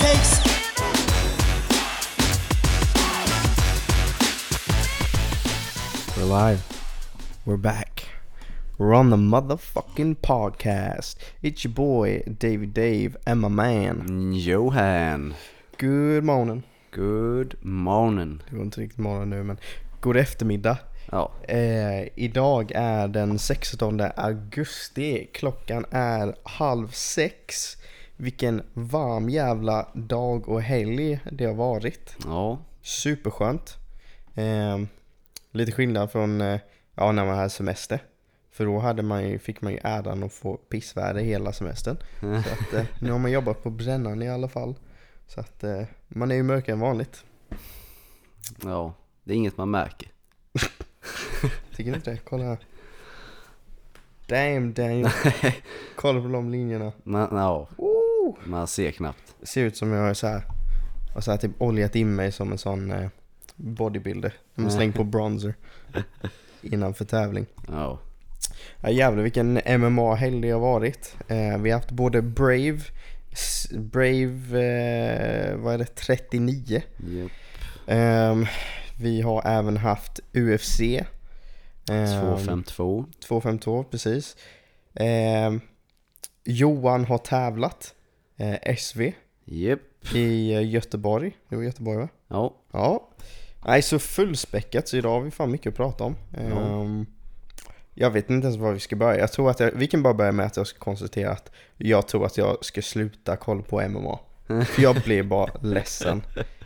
takes. We're live. We're back. We're on the motherfucking podcast. It's your boy Dave and my man Johan. Good morning. Good morning. Det var inte riktigt morgon nu, men god eftermiddag. Ja. Idag är den 16 augusti. Klockan är 5:30. Vilken varm jävla dag och helg det har varit. Ja. Superskönt. Lite skillnad från när man hade semester. För då fick man ju äran att få pissväder hela semestern. Så att, nu har man jobbat på brännan i alla fall. Så att man är ju mörkare än vanligt. Ja, det är inget man märker. Tycker ni inte det? Kolla här. Damn. Kolla på de linjerna. Man ser knappt. Det ser ut som jag har så här typ oljat in mig som en sån bodybuilder. De har slängt på bronzer innanför tävling. Ja. Ja, jävlar vilken MMA-helg det har varit. Vi har haft både Brave vad är det, 39. Yep. Vi har även haft UFC 252, precis. Johan har tävlat SV Yep. i Göteborg. Det var Göteborg, va? Ja. Nej, så fullspäckat, så idag har vi fan mycket att prata om. Jag vet inte ens var vi ska börja. Jag tror att vi kan bara börja med att jag ska konstatera att jag tror att jag ska sluta kolla på MMA. För jag blir bara ledsen.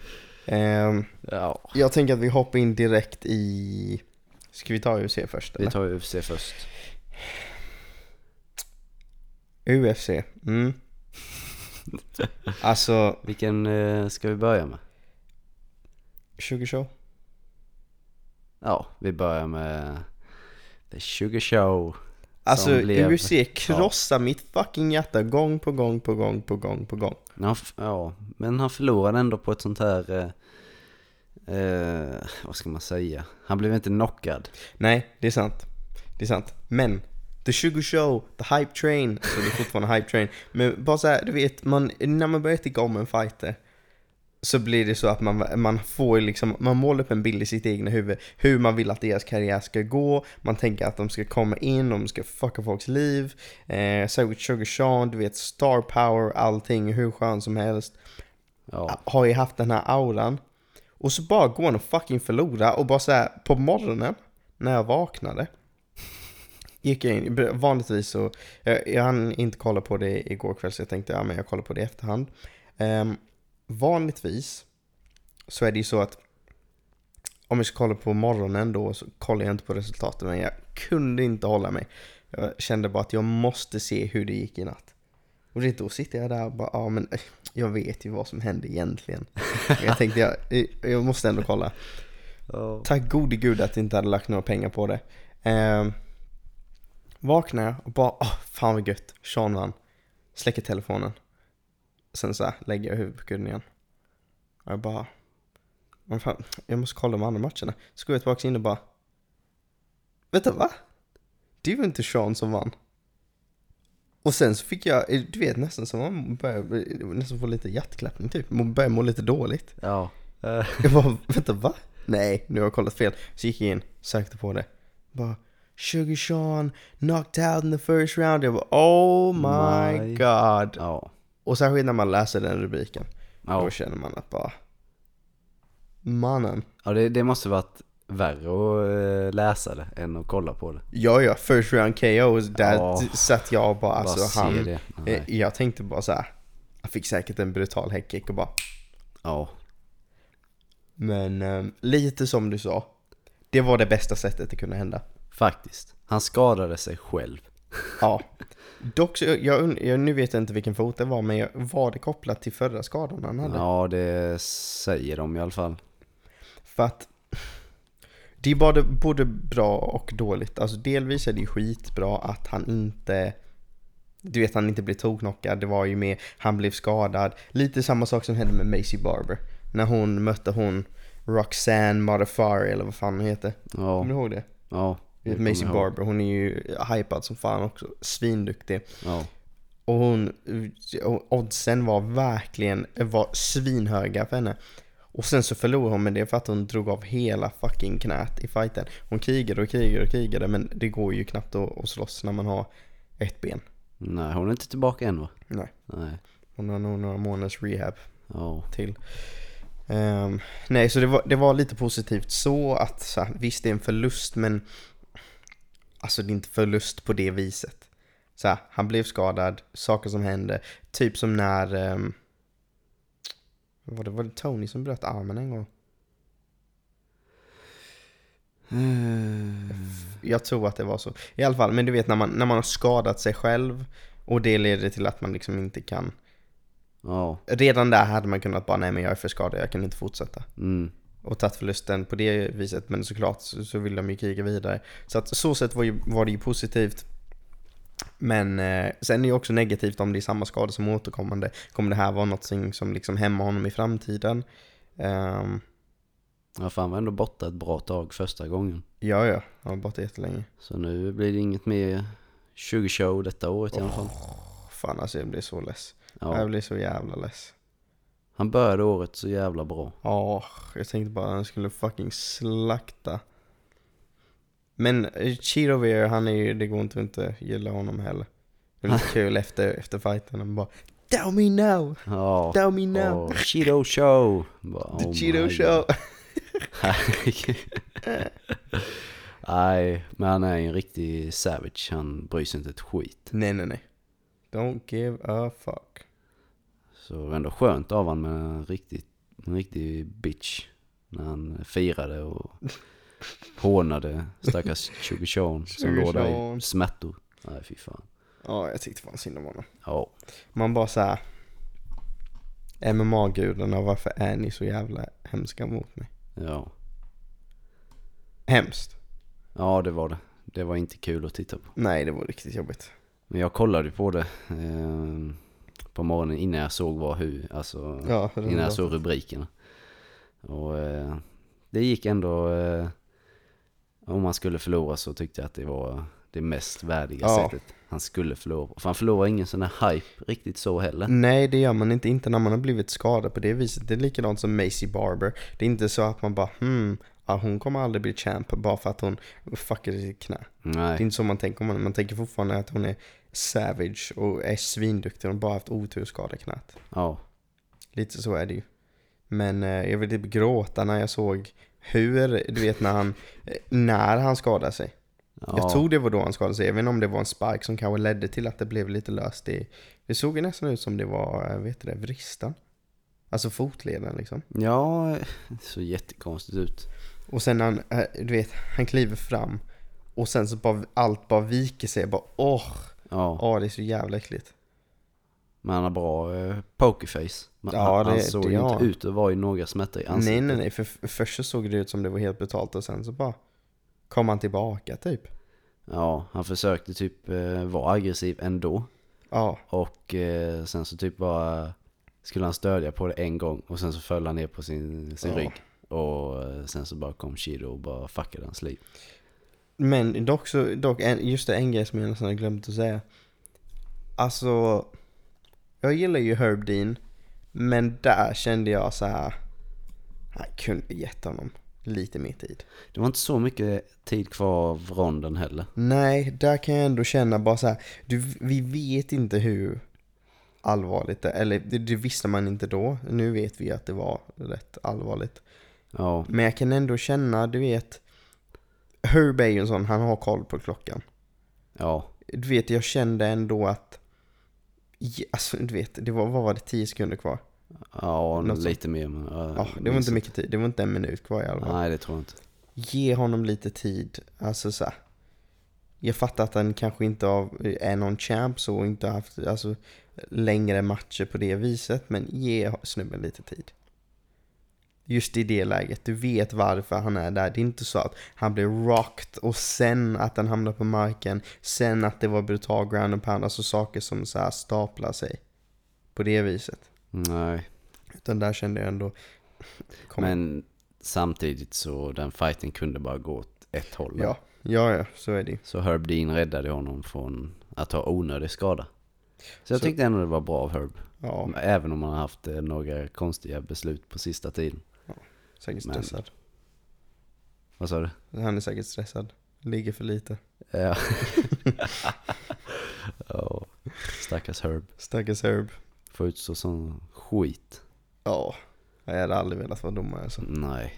Jag tänker att vi hoppar in direkt i... Ska vi ta UFC först? Eller? Vi tar UFC först. UFC. Alltså... Vilken ska vi börja med? Sugar Show? Ja, vi börjar med The Sugar Show. Alltså UFC krossar mitt fucking hjärta gång på gång. Ja, men han förlorade ändå på ett sånt här vad ska man säga? Han blev inte knockad. Nej, det är sant. Men The Sugar Show, The Hype Train, så det är fortfarande Hype Train. Men bara så här, du vet, när man börjar tycka om en fighter så blir det så att man får liksom, man målar upp en bild i sitt egna huvud hur man vill att deras karriär ska gå. Man tänker att de ska komma in, de ska fucka folks liv. Så Sugar Sean, du vet, star power, allting hur skön som helst. Ja. Har ju haft den här auran. Och så bara går han och fucking förlora. Och bara så här, på morgonen när jag vaknade gick jag in, vanligtvis så jag hann inte kolla på det igår kväll, så jag tänkte men jag kollar på det i efterhand. Vanligtvis så är det ju så att om jag ska kolla på morgonen då så kollar jag inte på resultaten, men jag kunde inte hålla mig. Jag kände bara att jag måste se hur det gick i natt. Och då sitter jag där och bara, men jag vet ju vad som hände egentligen. Men jag tänkte jag måste ändå kolla. Tack gode gud att jag inte hade lagt några pengar på det. Vaknar jag och bara, fan vad gött, Sean vann. Släcker telefonen. Sen så här, lägger jag huvudet på kudden igen. Och jag bara, fan, jag måste kolla de andra matcherna. Så går jag tillbaka in och bara, vet du va? Det var inte Sean som vann. Och sen så fick jag, du vet, nästan som man nästan få lite hjärtklappning typ. Man börjar må lite dåligt. Ja. Jag bara, vet du va? Nej, nu har jag kollat fel. Så gick jag in, sökte på det. Bara, Sugar Sean knocked out in the first round. Jag bara, oh my god. Ja. Och särskilt när man läser den rubriken, då känner man att bara, mannen. Ja, det måste varit värre att läsa det än att kolla på det. Ja, first round KO. Där satt jag bara, alltså han, jag tänkte bara så här, jag fick säkert en brutal headkick och bara, men lite som du sa, det var det bästa sättet att kunna hända. Faktiskt, han skadade sig själv. Ja. Dock så, jag nu vet jag inte vilken fot det var, men var det kopplat till förra skadan han hade? Ja, det säger de i alla fall. För att det är både bra och dåligt. Alltså delvis är det ju skitbra att han inte, du vet, han inte blev toknockad. Det var ju med, han blev skadad. Lite samma sak som hände med Macy Barber. När hon mötte Roxanne Modafferi eller vad fan hon heter. Ja. Kommer du ihåg det? Ja. Macy Barber, hon är ju hypad som fan också. Svinduktig. Ja. och oddsen var svinhöga för henne. Och sen så förlorade hon med det för att hon drog av hela fucking knät i fighten. Hon krigade, men det går ju knappt att slåss när man har ett ben. Nej, hon är inte tillbaka än, va? Nej. Nej. Hon har nog några månaders rehab till. Nej, så det var lite positivt så att så här, visst det är en förlust, men alltså det är inte förlust på det viset. Så här, han blev skadad, saker som hände, typ som när var det Tony som bröt armen en gång? Jag tror att det var så. I alla fall, men du vet när man har skadat sig själv och det leder till att man liksom inte kan. Ja. Redan där hade man kunnat bara, nej men jag är för skadad, jag kan inte fortsätta. Och tagit förlusten på det viset, men såklart så vill de ju kriga vidare. Så att så sätt var det ju positivt. Men sen är det också negativt om det är samma skada som återkommande. Kommer det här vara något som liksom hämmar honom i framtiden? Ja, fan var ändå borta ett bra tag första gången. Ja, jag var borta jättelänge. Så nu blir det inget mer 20 show detta året i alla fall. Fan alltså, jag blir så less. Ja. Jag blir så jävla less. Han började året så jävla bra. Ja, jag tänkte bara att han skulle fucking slakta. Men Cheeto Veer, det går inte gilla honom heller. Det är lite kul efter fighten. Han bara, down me now! Ja. Down me now! Cheeto show! Bara, The Cheeto show! Nej, men han är en riktig savage. Han bryr sig inte ett skit. Nej. Don't give a fuck. Så det var ändå skönt av han med en riktig bitch. När han firade och hånade stackars Chugachon som låg där i smärtor. Nej, fy fan. Ja, jag tyckte fan synd om honom. Ja. Man bara såhär, MMA-gudarna, varför är ni så jävla hemska mot mig? Ja. Hemskt. Ja, det var det. Det var inte kul att titta på. Nej, det var riktigt jobbigt. Men jag kollade på det på morgonen innan jag såg innan jag såg rubrikerna. Och det gick ändå, om man skulle förlora så tyckte jag att det var det mest värdiga sättet han skulle förlora. För han förlorar ingen sån här hype riktigt så heller. Nej, det gör man inte när man har blivit skadad på det viset. Det är likadant som Macy Barber. Det är inte så att man bara, hon kommer aldrig bli champ bara för att hon fuckade sitt knä. Nej. Det är inte så man tänker. Man tänker fortfarande att hon är savage och är svinduktig och bara haft otur att skada knät. Ja. Lite så är det ju. Men jag vill typ gråta när jag såg när han skadade sig. Ja. Jag tror det var då han skadade sig. Jag vet inte om det var en spark som kanske ledde till att det blev lite löst. Det såg ju nästan ut som det var, vristan. Alltså fotleden liksom. Ja, det såg jättekonstigt ut. Och sen han kliver fram och sen så bara allt bara viker sig. Bara, det är så jävla äckligt. Men han har bra pokerface. Han såg ju inte ut att vara i några smärtor i ansiktet. Nej. För först så såg det ut som det var helt brutalt och sen så bara kom han tillbaka typ. Ja, han försökte typ vara aggressiv ändå. Ja. Och sen så typ bara skulle han stödja på det en gång och sen så föll han ner på sin rygg. Och sen så bara kom Cheeto och bara fuckade hans liv. Men just det, en grej som jag nästan har glömt att säga. Alltså, jag gillar ju Herb Dean, men där kände jag så här, han kunde gett honom lite mer tid. Det var inte så mycket tid kvar av ronden heller. Nej, där kan jag ändå känna bara så här, vi vet inte hur allvarligt det, eller det visste man inte då. Nu vet vi att det var rätt allvarligt. Ja. Men jag kan ändå känna, Herb är ju en sån, han har koll på klockan. Ja. Jag kände ändå att alltså, det var det 10 sekunder kvar? Ja, lite mer. Men, det var inte mycket tid. Det var inte en minut kvar i alla fall. Nej, det tror jag inte. Ge honom lite tid. Alltså så här. Jag fattar att han kanske inte är någon champ så och inte har haft längre matcher på det viset. Men ge snubben lite tid. Just i det läget. Du vet varför han är där. Det är inte så att han blir rocked och sen att han hamnar på marken. Sen att det var brutal ground and pound. Alltså saker som så här staplar sig. På det viset. Nej. Utan där kände jag ändå... Men samtidigt så den fighten kunde bara gå åt ett håll. Ja, så är det. Så Herb Dean räddade honom från att ha onödig skada. Så jag tyckte ändå det var bra av Herb. Ja. Även om han har haft några konstiga beslut på sista tiden. Ja, säkert stressad. Men, vad sa du? Han är säkert stressad. Ligger för lite. Ja. Ja. Stackars Herb. Får ut sån skit. Ja. Jag hade aldrig velat vara domare alltså. Nej.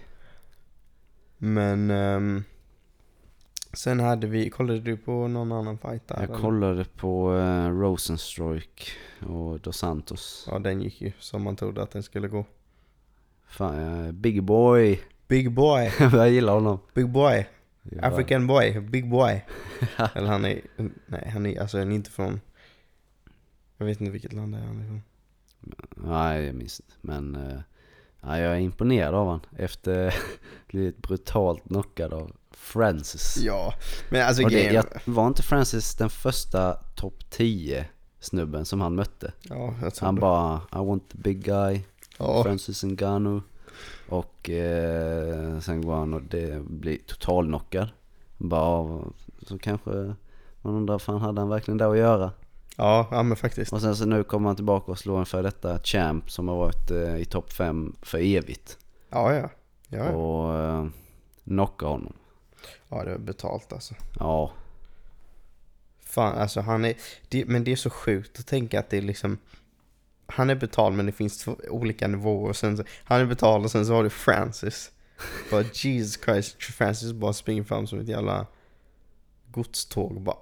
Men sen kollade du på någon annan fight där? Jag kollade på Rosenstruck och Dos Santos. Ja, den gick ju som man trodde att den skulle gå. Fan, Big Boy. Jag gillar honom. Big Boy. Ja. African boy. Big boy. Eller han är alltså inte från, jag vet inte vilket land är han ifrån. Nej, jag minns inte. Men jag är imponerad av han. Efter blivit brutalt knockad av Francis. Ja, men alltså var inte Francis den första topp 10 snubben som han mötte? Ja, jag tror han det. bara, I want the big guy. Ja. Francis Ngannou. Och sen går han och det blir total knockad. Bara, så kanske man undrar, fan hade han verkligen det att göra? Ja, men faktiskt. Och sen så nu kommer han tillbaka och slår en för detta champ som har varit i topp 5 för evigt. Ja. Och knocka honom. Ja, det är betalt alltså. Ja. Fan, alltså men det är så sjukt att tänka att det är liksom, han är betald men det finns 2 olika nivåer och sen så, han är betald och sen så har du Francis. Bara Jesus Christ, Francis bara springer fram som ett jävla godståg bara.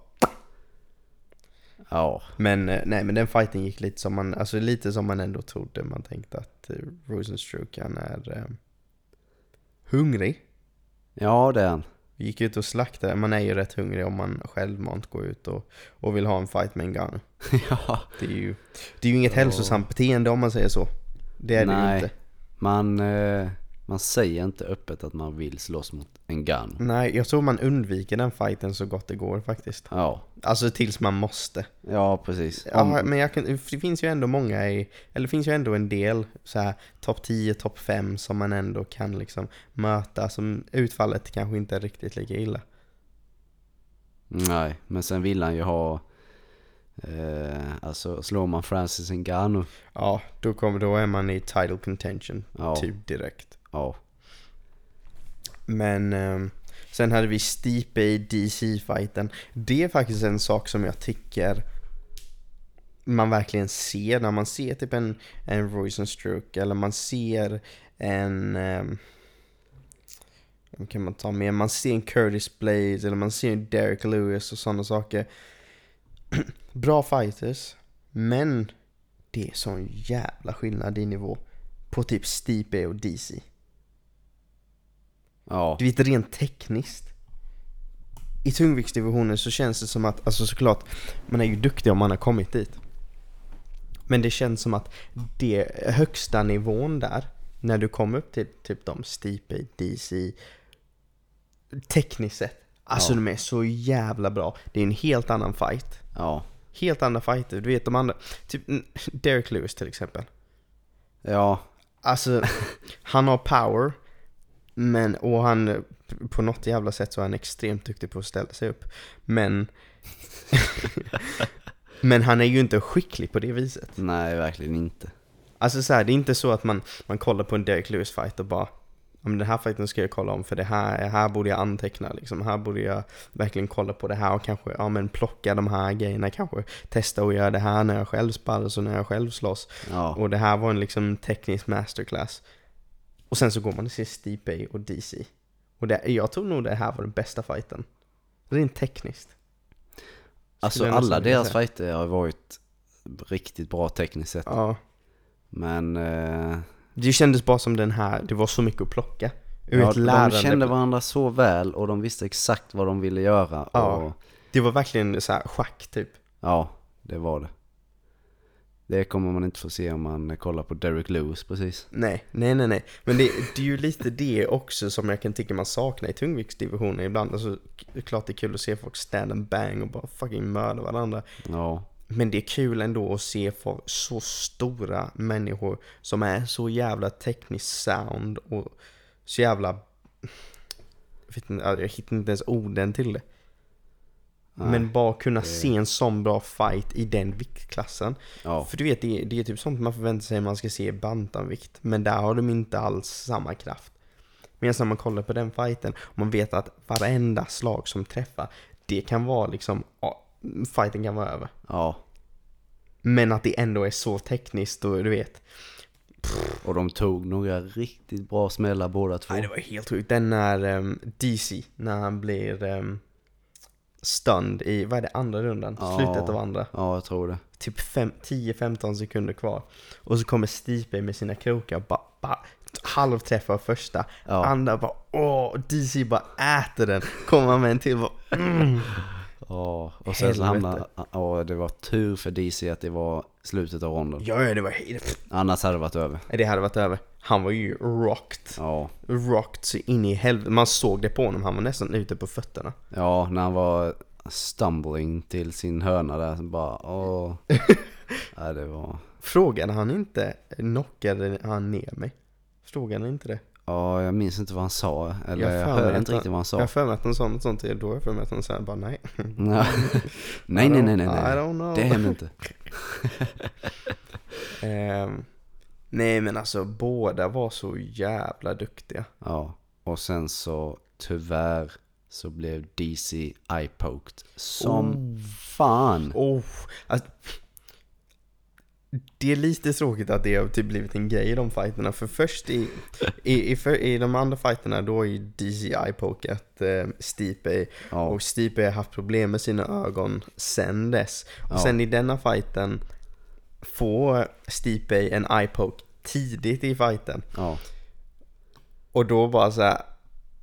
Ja. Men men den fighten gick lite som man ändå trodde. Man tänkte att Rosenstruck han är hungrig. Ja, det är han. Gick ut och slaktade. Man är ju rätt hungrig om man självmant går ut och vill ha en fight med en gun. Ja. Det är ju inget hälsosamt beteende om man säger så. Det är det ju inte. Man säger inte öppet att man vill slåss mot en gun. Nej, jag tror man undviker den fighten så gott det går faktiskt. Ja. Alltså tills man måste. Ja, precis. Ja, men det finns ju ändå det finns ju ändå en del så här topp 10, topp 5 som man ändå kan liksom möta, som utfallet kanske inte är riktigt lika illa. Nej, men sen vill han ju ha alltså slår man Francis Ngannou. Ja, då är man i title contention typ direkt. Ja. Men sen hade vi Stipe i DC-fighten. Det är faktiskt en sak som jag tycker man verkligen ser när man ser typ en Rosenstruck eller man ser en kan man ta med, man ser en Curtis Blades eller man ser en Derek Lewis och sådana saker. Bra fighters, men det är sån jävla skillnad i nivå på typ Stipe och DC. Ja. Du vet, rent tekniskt i tungviktsdivisionen så känns det som att, alltså såklart man är ju duktig om man har kommit dit, men det känns som att det högsta nivån där, när du kommer upp till typ de Stipe, DC tekniskt sett, alltså de är så jävla bra. Det är en helt annan fight. Ja. Helt andra fighter, du vet de andra, typ Derek Lewis till exempel. Ja. Alltså han har power, och han på något jävla sätt så är han extremt duktig på att ställa sig upp. Men men han är ju inte skicklig på det viset. Nej, verkligen inte. Alltså så här, det är inte så att man kollar på en Derek Lewis fight och bara, men den här fighten ska jag kolla om för det här borde jag anteckna liksom. Här borde jag verkligen kolla på det här och kanske plocka de här grejerna, kanske testa och göra det här när jag själv sparras och när jag själv slåss. Ja. Och det här var en liksom teknisk masterclass. Och sen så går man och ser Stipe och DC. Och jag tror nog det här var den bästa fighten. Rent tekniskt. Alltså alla deras fighter har varit riktigt bra tekniskt sett. Ja. Men det kändes bara som den här, det var så mycket att plocka. De kände varandra så väl och de visste exakt vad de ville göra. Ja, och det var verkligen så här schack typ. Ja, det var det. Det kommer man inte få se om man kollar på Derek Lewis precis. Nej. Men det är ju lite det också som jag kan tycka man saknar i tungviktsdivisionen ibland. Alltså, det är klart det är kul att se folk stand and bang och bara fucking mörda varandra. Ja. Men det är kul ändå att se så stora människor som är så jävla tekniskt sound och så jävla... Jag hittar inte ens orden till det. Men bara kunna se en sån bra fight i den viktklassen. Ja. För du vet, det är typ sånt man förväntar sig man ska se i bantamvikt. Men där har de inte alls samma kraft. Medan när man kollar på den fighten och man vet att varenda slag som träffar, det kan vara liksom, fighten kan vara över. Ja. Men att det ändå är så tekniskt och du vet. Och de tog några riktigt bra smällar båda två. Nej, det var helt sjukt. Den när DC, när han blir stunned i, vad är det, andra rundan? Slutet av andra. Ja, jag tror det. Typ 10-15 sekunder kvar. Och så kommer Stipe med sina krokar bara halvträffar första. Andra bara, DC bara äter den. Kommer med en till bara, Ja, och sen så hamnade, det var tur för DC att det var slutet av ronden. Ja, det var annars hade det varit över. Det hade varit över. Han var ju rocked. Ja. Rocked så in i helvete. Man såg det på honom. Han var nästan ute på fötterna. Ja, när han var stumbling till sin hörna där så bara, ja, det var... Frågade han inte, knockade han ner mig? Frågade han inte det? Ja, jag minns inte vad han sa. Eller jag hörde inte riktigt vad han sa. Jag har för mig att han sa något sånt. Då har jag för mig att han sa bara nej. nej. I don't know. Det händer inte. Nej, men alltså båda var så jävla duktiga. Ja, och sen så tyvärr så blev DC eye-poked som fan. Alltså, det är lite tråkigt att det har typ blivit en grej i de fighterna. För först i de andra fighterna då är DC eye-pokat Stipe. Och Stipe har haft problem med sina ögon sen dess. Och sen i denna fighten får Stipe en eye-poke tidigt i fighten. Och då bara så här,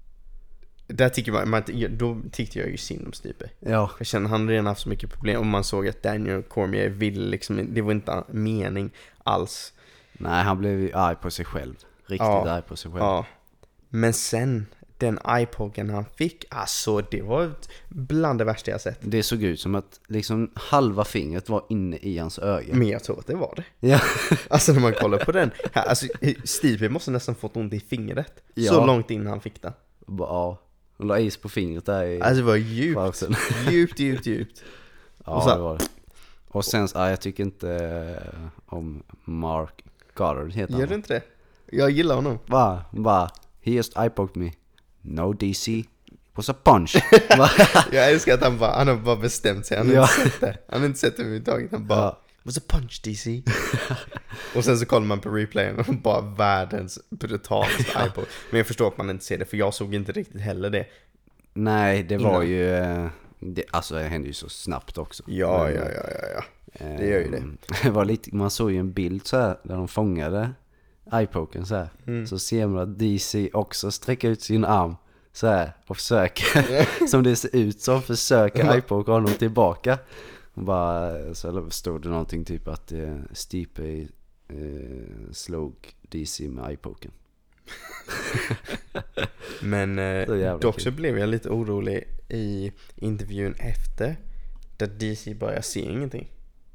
där då tyckte jag ju synd om Stipe. Ja. Jag känner han redan haft så mycket problem. Och man såg att Daniel Cormier ville liksom, det var inte mening alls. Nej, han blev ju arg på sig själv. Riktigt arg på sig själv. Ja. Men sen den eyepoken han fick, alltså det var bland det värsta jag sett. Det såg ut som att liksom halva fingret var inne i hans öga. Men jag tror att det var det. Ja. Alltså när man kollar på den här, alltså Stipe måste nästan fått ont i fingret. Så långt in han fick det. Ja. Han la is på fingret där i... Alltså det var djupt. Ja, och så, det var det. Och sen, jag tycker inte om Mark Goddard heter han. Gör du inte det? Jag gillar honom. Va? He just eye-poked me. No DC. Was a punch. Jag älskar att han har bara bestämt sig. Han har inte sett det. Han har inte sett det överhuvudtaget. Han bara, was a punch DC. Och sen så kollar man på replayen och bara världens brutalaste eye-poke. Men jag förstår att man inte ser det, för jag såg inte riktigt heller det. Nej, det var ju... alltså det hände ju så snabbt också. Ja. Det gör ju det. Det var lite, man såg ju en bild så här där de fångade eye-poken så här. Så ser man att DC också sträcker ut sin arm så här och försöker som det ser ut som försöker eye-poke honom tillbaka. Bara, så stod det någonting typ att Stipe slog DC med eye-poken. Men dock så blev jag lite orolig i intervjun efter, där DC bara, ser ingenting.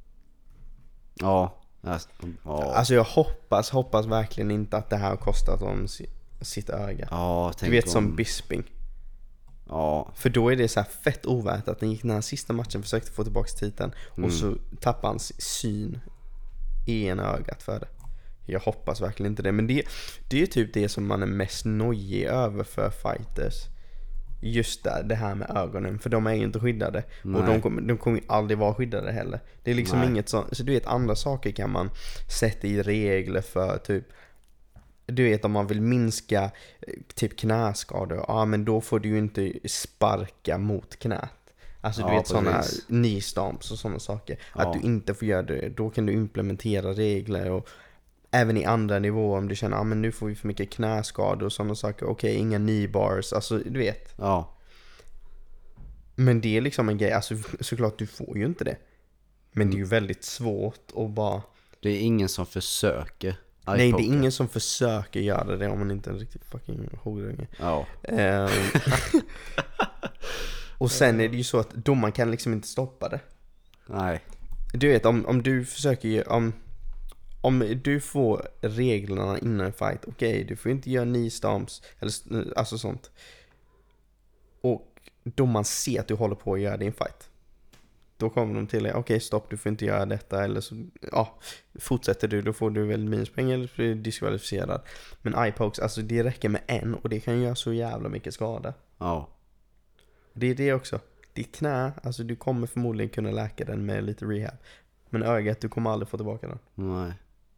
Alltså jag hoppas verkligen inte att det här har kostat dem sitt öga. Du vet som Bisping. För då är det så här fett ovärt att den gick den här sista matchen, försökte få tillbaka titeln och så tappar han syn i ena ögat för det. Jag hoppas verkligen inte det. Men det är typ det som man är mest nojig över för fighters. Just det här med ögonen. För de är ju inte skyddade. Nej. Och de kommer ju aldrig vara skyddade heller. Det är liksom inget så du vet, andra saker kan man sätta i regler för typ. Du vet, om man vill minska typ knäskador, men då får du ju inte sparka mot knät. Alltså du vet sådana knee stomps och sådana saker. Att du inte får göra det. Då kan du implementera regler och även i andra nivåer om du känner men nu får vi för mycket knäskador och sådana saker. Okej, inga knee bars, alltså du vet. Men det är liksom en grej, alltså såklart du får ju inte det. Men det är ju väldigt svårt att bara... Det är ingen som försöker. Nej, det är ingen som försöker göra det om man inte är en riktigt fucking horunge. Och sen är det ju så att domaren kan liksom inte stoppa det. Nej. Du vet, om du försöker om du får reglerna innan en fight, okej, du får inte göra knee stomps eller alltså sånt. Och domaren ser att du håller på att göra din fight. då kommer de till okej, stopp, du får inte göra detta, eller så, fortsätter du, då får du väl minuspoäng eller så blir du diskvalificerad. Men eye pokes, alltså det räcker med en och det kan göra så jävla mycket skada. Ja. Det är det också. Ditt knä, alltså du kommer förmodligen kunna läka den med lite rehab. Men ögat, du kommer aldrig få tillbaka den. Nej.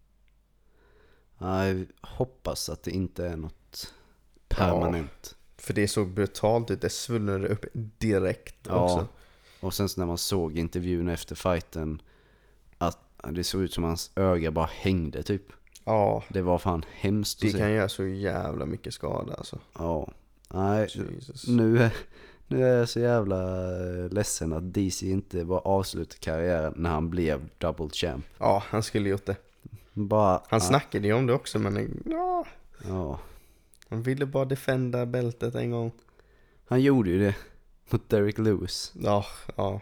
Jag hoppas att det inte är något permanent. För det är så brutalt ut, det svullnade upp direkt också. Och sen så när man såg intervjun efter fighten, att det såg ut som hans öga bara hängde typ. Ja. Det var fan hemskt att se. Det kan göra så jävla mycket skada alltså. Ja. Nej, nu är jag så jävla ledsen att DC inte bara avslutade karriären när han blev double champ. Ja, han skulle gjort det. Han snackade ju om det också, men ja. Han ville bara defenda bältet en gång. Han gjorde ju det mot Derek Lewis. Ja.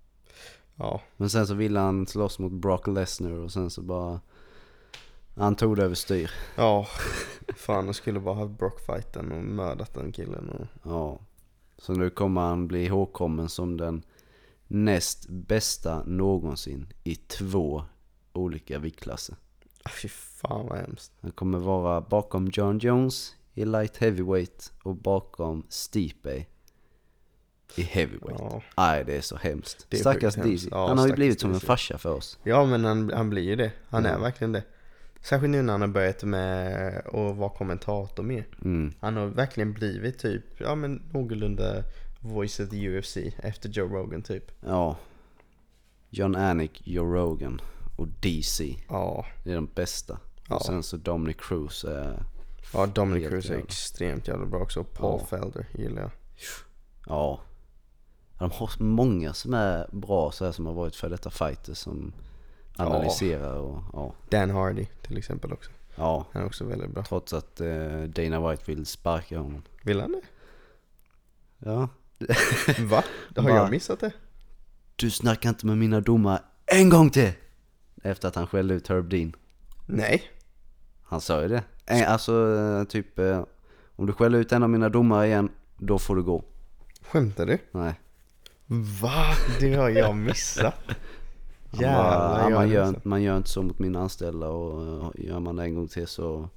Men sen så ville han slåss mot Brock Lesnar och sen så bara han tog det över styr. Ja, fan, han skulle bara ha Brock-fighten och mördat den killen. Ja, så nu kommer han bli ihågkommen som den näst bästa någonsin i 2 olika viktklasser. Fy fan vad hemskt. Han kommer vara bakom John Jones i light heavyweight och bakom Stipe i heavyweight. Nej, det är så hemskt. Stackars DC. Han har ju blivit som en farsa för oss. Ja, men han blir ju det. Han är verkligen det. Särskilt nu när han har börjat med att vara kommentator med. Han har verkligen blivit typ, någorlunda voice of the UFC efter Joe Rogan typ. Ja. John Anik, Joe Rogan och DC. Ja. Det är de bästa. Ja. Och sen så Dominic Cruz är... Ja, Dominic Cruz är extremt jävla bra också. Paul Felder gillar jag. Ja. De har många som är bra så här, som har varit för detta fighter som analyserar och Dan Hardy till exempel också. Ja. Han är också väldigt bra. Trots att Dana White vill sparka honom. Vill han det? Ja. Va? Har jag missat det? Du snackar inte med mina domare en gång till! Efter att han skällde ut Herb Dean. Nej. Han sa ju det. Alltså typ om du skäller ut en av mina domare igen, då får du gå. Skämtar du? Nej. Va? Det har jag missat. Jävlar, man gör inte så mot mina anställda, och gör man det en gång till så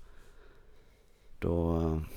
då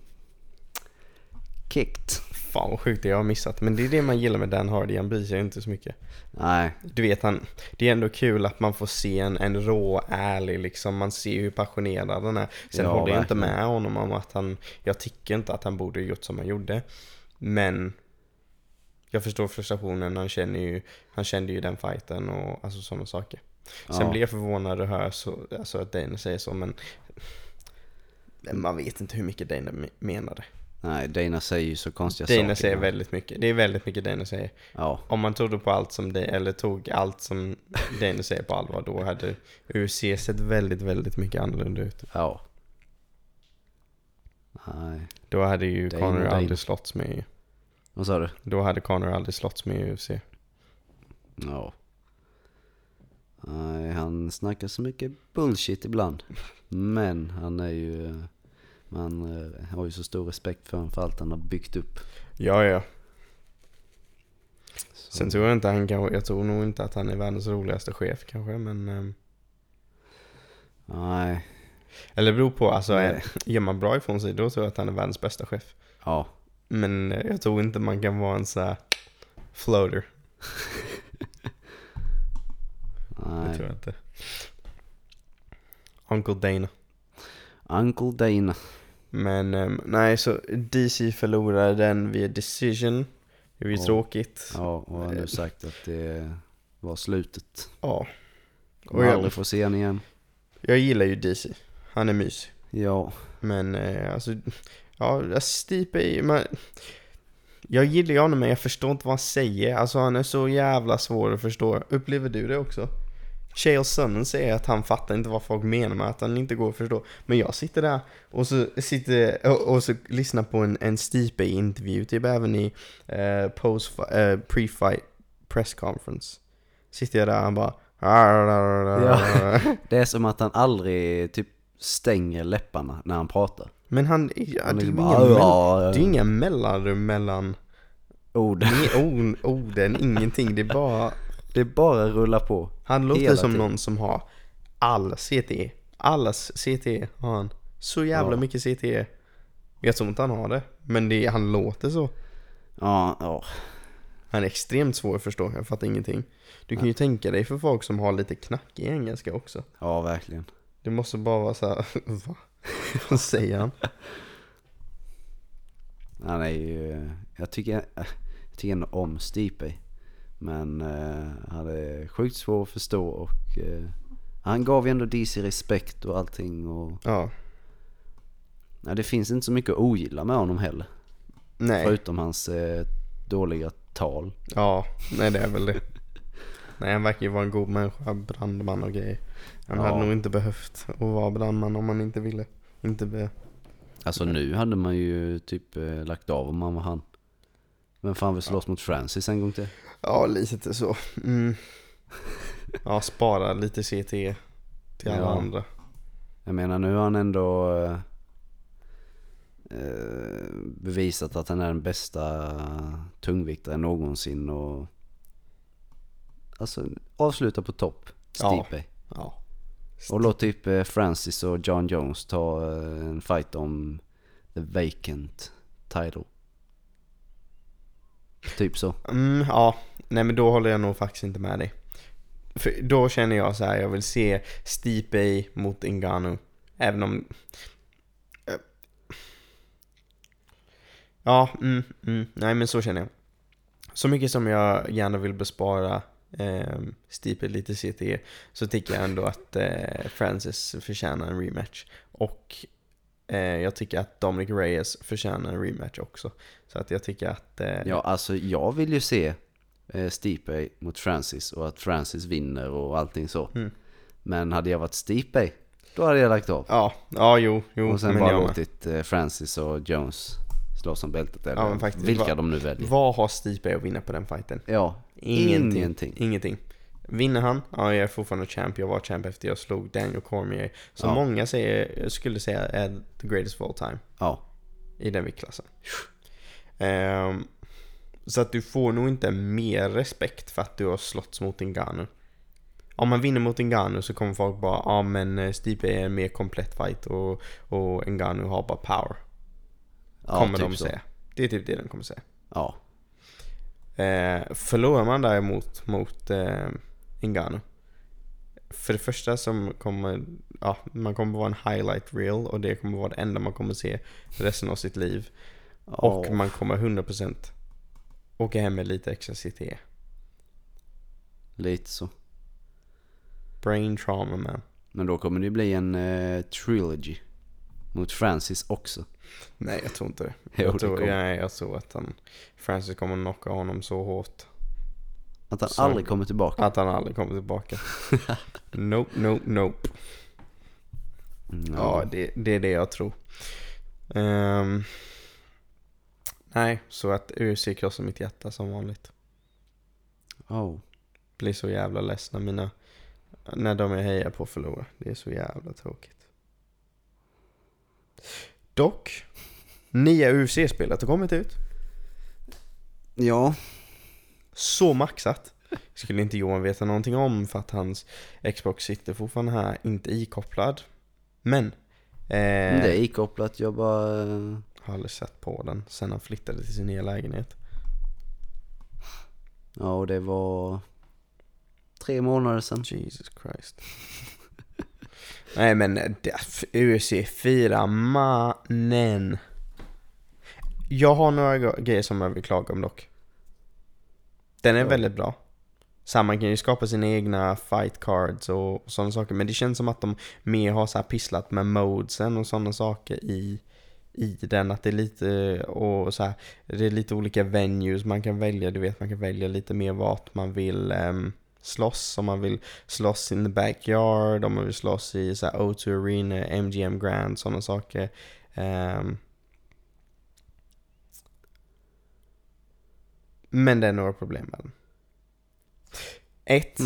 kicked. Fan vad sjukt, det jag har missat. Men det är det man gillar med Dan Hardy, han bryr sig inte så mycket. Nej. Du vet, det är ändå kul att man får se en rå, ärlig liksom, man ser hur passionerad han är. Sen håller jag inte med honom om att jag tycker inte att han borde gjort som han gjorde. Men jag förstår frustrationen, han kände ju den fighten och alltså sådana saker. Sen blir jag förvånad att höra att Dana säger så, men man vet inte hur mycket Dana menade. Nej, Dana säger ju så konstiga saker. Dana säger väldigt mycket. Det är väldigt mycket Dana säger. Ja. Om man trodde på allt som tog allt som Dana säger på allvar, då hade UFC sett väldigt, väldigt mycket annorlunda ut. Ja. Nej. Då hade ju Conor aldrig slåtts med. Vad sa du? Då hade Conor aldrig slåtts med i UFC. Ja. Nej, han snackar så mycket bullshit ibland. Men han är ju... Man har ju så stor respekt för allt han har byggt upp. Ja. Så. Sen tror jag tror nog inte att han är världens roligaste chef kanske, men... Nej. Eller beror på, alltså gör man bra ifrån sig, då tror jag att han är världens bästa chef. Ja. Men jag tror inte man kan vara en sån här floater. Nej. Det tror jag inte. Uncle Dana. Men nej, så DC förlorade den via decision. Det är ju tråkigt. Ja, och han har nu sagt att det var slutet. Ja. Och jag aldrig får se han igen. Jag gillar ju DC. Han är mysig. Ja. Men Stipe, jag gillar ju honom, men jag förstår inte vad han säger. Alltså han är så jävla svår att förstå. Upplever du det också? Chael Sonnen säger att han fattar inte vad folk menar med att han inte går att förstå. Men jag sitter där och så lyssnar på en Stipe-intervju, typ även i pre-fight press conference. Sitter jag där och han bara... Ja, det är som att han aldrig typ stänger läpparna när han pratar. Men det är inga mellanrum mellan orden, ingenting. Det är bara rulla på. Han låter som någon som har all CTE. Allas CTE har han. Så jävla mycket CTE. Jag tror inte han har det. Men han låter så. Ja. Han är extremt svår att förstå. Jag fattar ingenting. Du kan ju tänka dig för folk som har lite knackig engelska också. Ja, verkligen. Det måste bara vara så här. Vad säger han? Han är ju... Jag tycker ändå om Stipe. Men han är sjukt svår att förstå. Och han gav ju ändå DC respekt och allting. Och... Ja. Nej, det finns inte så mycket att ogilla med honom heller. Nej. Förutom hans dåliga tal. Ja, nej det är väl det. Nej, han verkar ju vara en god människa, brandman och grejer. Han hade nog inte behövt att vara brandman om man inte ville. Alltså nu hade man ju typ lagt av om man var han. Men fan vill slåss mot Francis en gång till? Ja, lite så. Ja, spara lite CT till alla andra. Jag menar, nu har han ändå bevisat att han är den bästa tungviktaren någonsin. Och alltså avsluta på topp, Stipe. Ja. Och låt typ Francis och John Jones ta en fight om the vacant title. Typ så. Ja, nej men då håller jag nog faktiskt inte med dig. För då känner jag så här, jag vill se Stipe mot Ngannou. Även om... Ja, nej men så känner jag. Så mycket som jag gärna vill bespara Stipe lite CTE, så tycker jag ändå att Francis förtjänar en rematch. Och jag tycker att Dominic Reyes förtjänar en rematch också. Så att jag tycker att... Ja, alltså jag vill ju se Stipe mot Francis och att Francis vinner och allting så. Men hade jag varit Stipe, då hade jag lagt av. Ja, jo. Och sen bara låtit Francis och Jones slåss som bältet. Eller men faktiskt, vilka de nu väljer. Vad har Stipe att vinna på den fighten? Ja, ingenting. Vinner han? Ja, jag är fortfarande champ. Jag var champ efter jag slog Daniel Cormier. Så många skulle säga är the greatest of all time. Ja. I den viktklassen. Så att du får nog inte mer respekt för att du har slått mot Ngannou. Om man vinner mot Ngannou så kommer folk bara, men Stipe är en mer komplett fight och Ngannou har bara power. Kommer typ de säga. Det är typ det de kommer säga. Ja. Förlorar man däremot mot Ngannou, för det första som kommer man kommer vara en highlight reel, och det kommer vara det enda man kommer se resten av sitt liv. Och man kommer 100% åka hem med lite extra CT. Lite så. Brain trauma, man. Men då kommer det bli en trilogy mot Francis också. Nej, jag tror inte det. Jag tror att Francis kommer knocka honom så hårt att han aldrig kommer tillbaka. Nope. Ja, det är det jag tror. Nej, så att UFC krossar mitt hjärta som vanligt. Blir så jävla ledsna när de är hejar på förlora. Det är så jävla tråkigt. Dock, nya UFC-spelet har kommit ut. Ja. Så maxat. Skulle inte Johan veta någonting om, för att hans Xbox sitter fortfarande här, inte ikopplad. Men det är ikopplat, jag bara har aldrig sett på den sen han flyttade till sin nya lägenhet. Ja, och det var 3 månader sedan. Jesus Christ. Nej, men UFC 4, mannen. Jag har några grejer som jag vill klaga om dock. Den är väldigt bra. Så man kan ju skapa sina egna fight cards och sådana saker. Men det känns som att de mer har så här pisslat med modesen och sådana saker i den. Att det är lite, och så här, det är lite olika venues man kan välja. Du vet, man kan välja lite mer vart man vill slåss. Om man vill slåss in the backyard, om man vill slåss i så här O2 Arena, MGM Grand, sådana saker. Men det är några problem med den.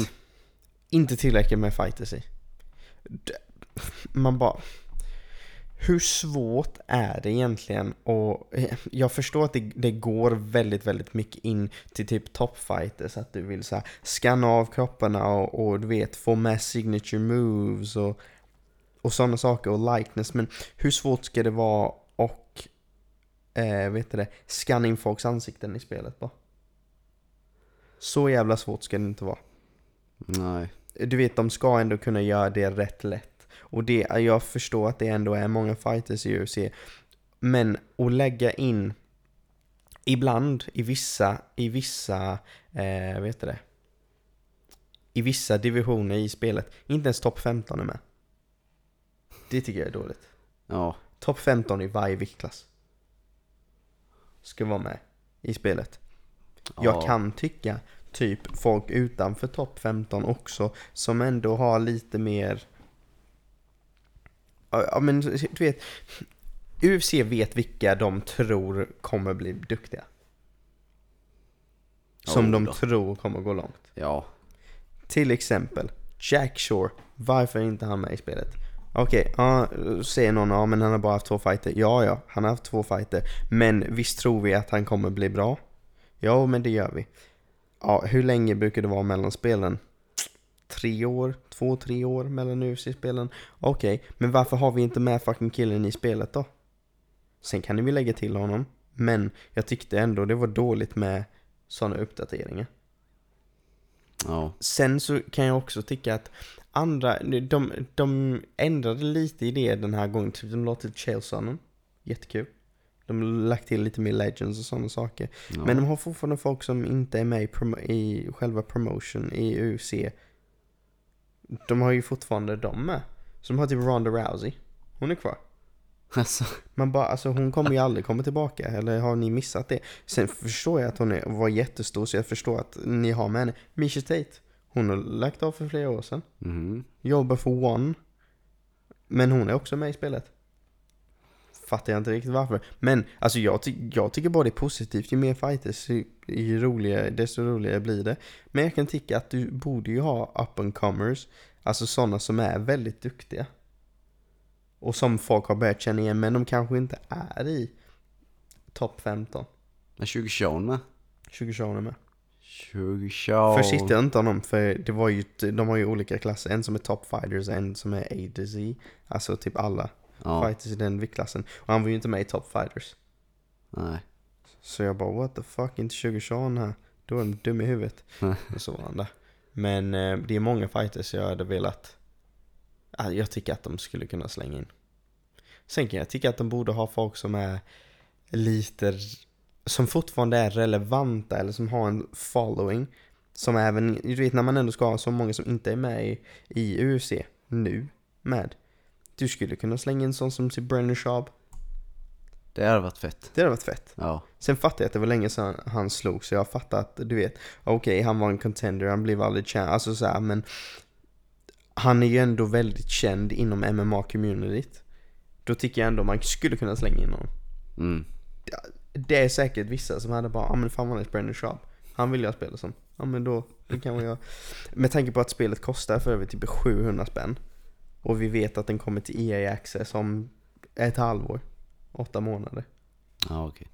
Inte tillräckligt med fighters i. Man bara... hur svårt är det egentligen? Och jag förstår att det går väldigt, väldigt mycket in till typ topfighters, att du vill så här scanna av kropparna och du vet, få med signature moves och sådana saker och likeness. Men hur svårt ska det vara och scanna in folks ansikten i spelet bara? Så jävla svårt ska det inte vara. Nej. Du vet, de ska ändå kunna göra det rätt lätt. Och jag förstår att det ändå är många fighters i UFC. Men att lägga in ibland i vissa i vissa divisioner i spelet, inte ens topp 15 är med. Det tycker jag är dåligt. Ja. Topp 15 i varje viktklass ska vara med i spelet. Jag kan tycka typ folk utanför topp 15 också, som ändå har lite mer... Ja, men du vet, UFC vet vilka de tror kommer bli duktiga. Som de tror kommer gå långt. Ja. Till exempel Jack Shore. Varför är inte han med i spelet? Okej, säger någon, men han har bara haft 2 fighter. Ja, han har haft 2 fighter. Men visst tror vi att han kommer bli bra? Ja, men det gör vi. Ja, hur länge brukar det vara mellan spelen? 3 år, 2-3 år mellan UFC-spelen. Okej, men varför har vi inte med fucking killen i spelet då? Sen kan vi lägga till honom. Men jag tyckte ändå det var dåligt med sådana uppdateringar. Ja. Sen så kan jag också tycka att andra, de ändrade lite i det den här gången. Typ de låter Chaelsonen. Jättekul. De har lagt till lite mer legends och sådana saker. Ja. Men de har fortfarande folk som inte är med i själva promotion i UFC. De har ju fortfarande dem med. Så de har typ Ronda Rousey. Hon är kvar. Man bara, alltså hon kommer ju aldrig komma tillbaka. Eller har ni missat det? Sen förstår jag att hon var jättestor, så jag förstår att ni har med henne. Miesha Tate, hon har lagt av för flera år sedan. Jobbar för One. Men hon är också med i spelet. Fattar jag inte riktigt varför. Men alltså jag tycker bara det är positivt. Ju mer fighters, desto roligare blir det. Men jag kan tycka att du borde ju ha up and comers. Alltså sådana som är väldigt duktiga. Och som folk har börjat känna igen. Men de kanske inte är i topp 15. Men 20 Sean med? 20 Sean är med. 20 Sean. Försitter jag inte honom. För det var ju, de har ju olika klasser. En som är top fighters, en som är A to Z. Alltså typ alla fighters i den viktklassen. Och han var ju inte med i top fighters. Nej. Så jag bara, what the fuck, inte 20 Sean här. Då är de dum i huvudet. Och så var han där. Men det är många fighters jag hade velat. Jag tycker att de skulle kunna slänga in. Sen kan jag tycka att de borde ha folk som är lite, som fortfarande är relevanta, eller som har en following, som även, du vet, när man ändå ska ha så många som inte är med i UFC nu med. Du skulle kunna slänga in sån som till Brendan Schaub. Det hade varit fett. Det hade varit fett. Ja. Sen fattar jag att det var länge sedan han slog, så jag fattar att, du vet, okej, han var en contender, han blev aldrig känd, alltså så här, men han är ju ändå väldigt känd inom MMA-communityt. Då tycker jag ändå man skulle kunna slänga in honom. Det är säkert vissa som hade bara, men fan, vad är Brendan Schaub? Han vill jag spela som. Ja, men då kan jag. Med tanke på att spelet kostar för över typ 700 spänn. Och vi vet att den kommer till EA Access om ett halvår. 8 månader. Ja, okej.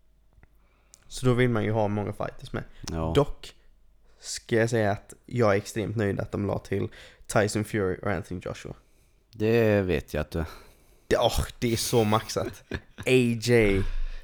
Så då vill man ju ha många fighters med. Ja. Dock ska jag säga att jag är extremt nöjd att de la till Tyson Fury och Anthony Joshua. Det vet jag att du... Det är så maxat. AJ.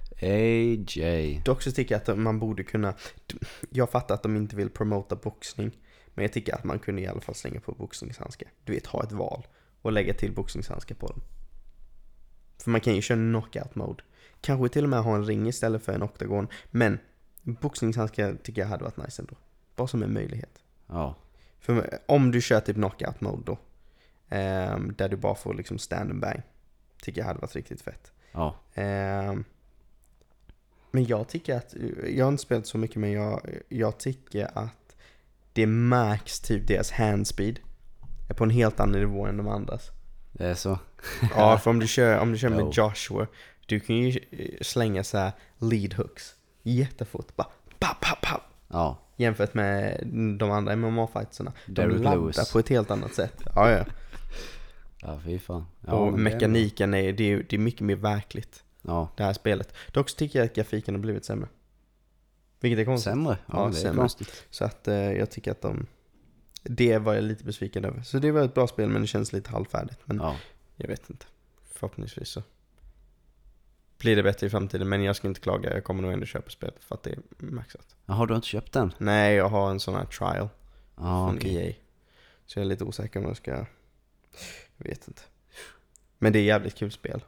Dock så tycker jag att man borde kunna... Jag fattar att de inte vill promota boxning. Men jag tycker att man kunde i alla fall slänga på boxningshandskar. Du vet, ha ett val och lägga till boxningshandskar på dem. För man kan ju köra knockout mode. Kanske till och med ha en ring istället för en oktagon. Men boxningshandskar tycker jag hade varit nice ändå. Bara som en möjlighet. Ja. För om du kör typ knockout mode då, där du bara får liksom stand and bang, tycker jag hade varit riktigt fett. Ja. Men jag tycker att, jag har inte spelat så mycket, men jag tycker att det märks typ deras handspeed är på en helt annan nivå än de andras. Det är så. Ja, för om du kör med Joshua, du kan ju slänga så här lead hooks jättefort, bara papp. Ja. Jämfört med de andra MMA-fightersarna. De Derrick laddar Lewis på ett helt annat sätt. Ja. Ja, fy fan. Ja, och mekaniken det är mycket mer verkligt. Ja. Det här spelet. Dock så tycker jag att grafiken har blivit sämre. Vilket är konstigt. Sämre? Ja, det är konstigt. Så att jag tycker att det var jag lite besviken över. Så det var ett bra spel, men det känns lite halvfärdigt. Men jag vet inte. Förhoppningsvis så blir det bättre i framtiden. Men jag ska inte klaga. Jag kommer nog ändå köpa spelet för att det är maxat. Har du inte köpt den? Nej, jag har en sån här trial från okay. EA. Så jag är lite osäker om jag ska... Jag vet inte. Men det är jävligt kul spel.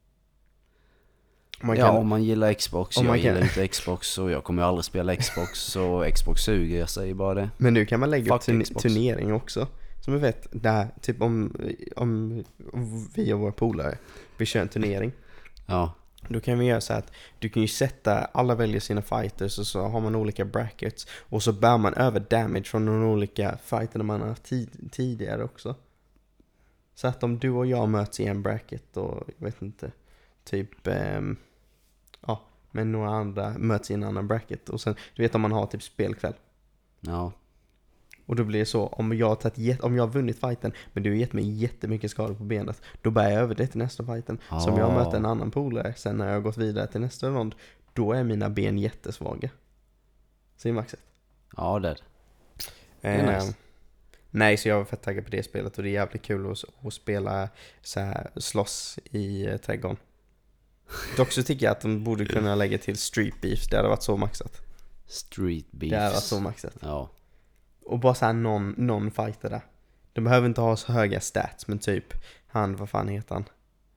Om man gillar Xbox. Jag gillar inte Xbox, och jag kommer aldrig spela Xbox. Så Xbox suger, jag säger bara det. Men nu kan man lägga upp turnering också. Som vi vet, där, typ om vi och våra polare vi kör en turnering. Ja. Då kan vi göra så att du kan ju sätta, alla väljer sina fighters och så har man olika brackets. Och så bär man över damage från de olika fighterna man har haft tidigare också. Så att om du och jag möts i en bracket och jag vet inte, typ men några andra möts i en annan bracket. Och sen, du vet om man har typ spelkväll. Ja. Och då blir det så, om jag har vunnit fighten men du har gett mig jättemycket skador på benet, då bär jag över det till nästa fighten. Så om jag möter en annan polare sen när jag har gått vidare till nästa rond, då är mina ben jättesvaga. Så är maxet. Ja, det är nice. Nej, så jag var fett taggad på det spelet, och det är jävligt kul att spela så här, slåss i trädgården. Dock så tycker jag att de borde kunna lägga till street beefs. Det hade varit så maxat. Street beefs. Det hade varit så maxat. Ja. Och bara så här någon fighter där. De behöver inte ha så höga stats, men typ vad fan heter han?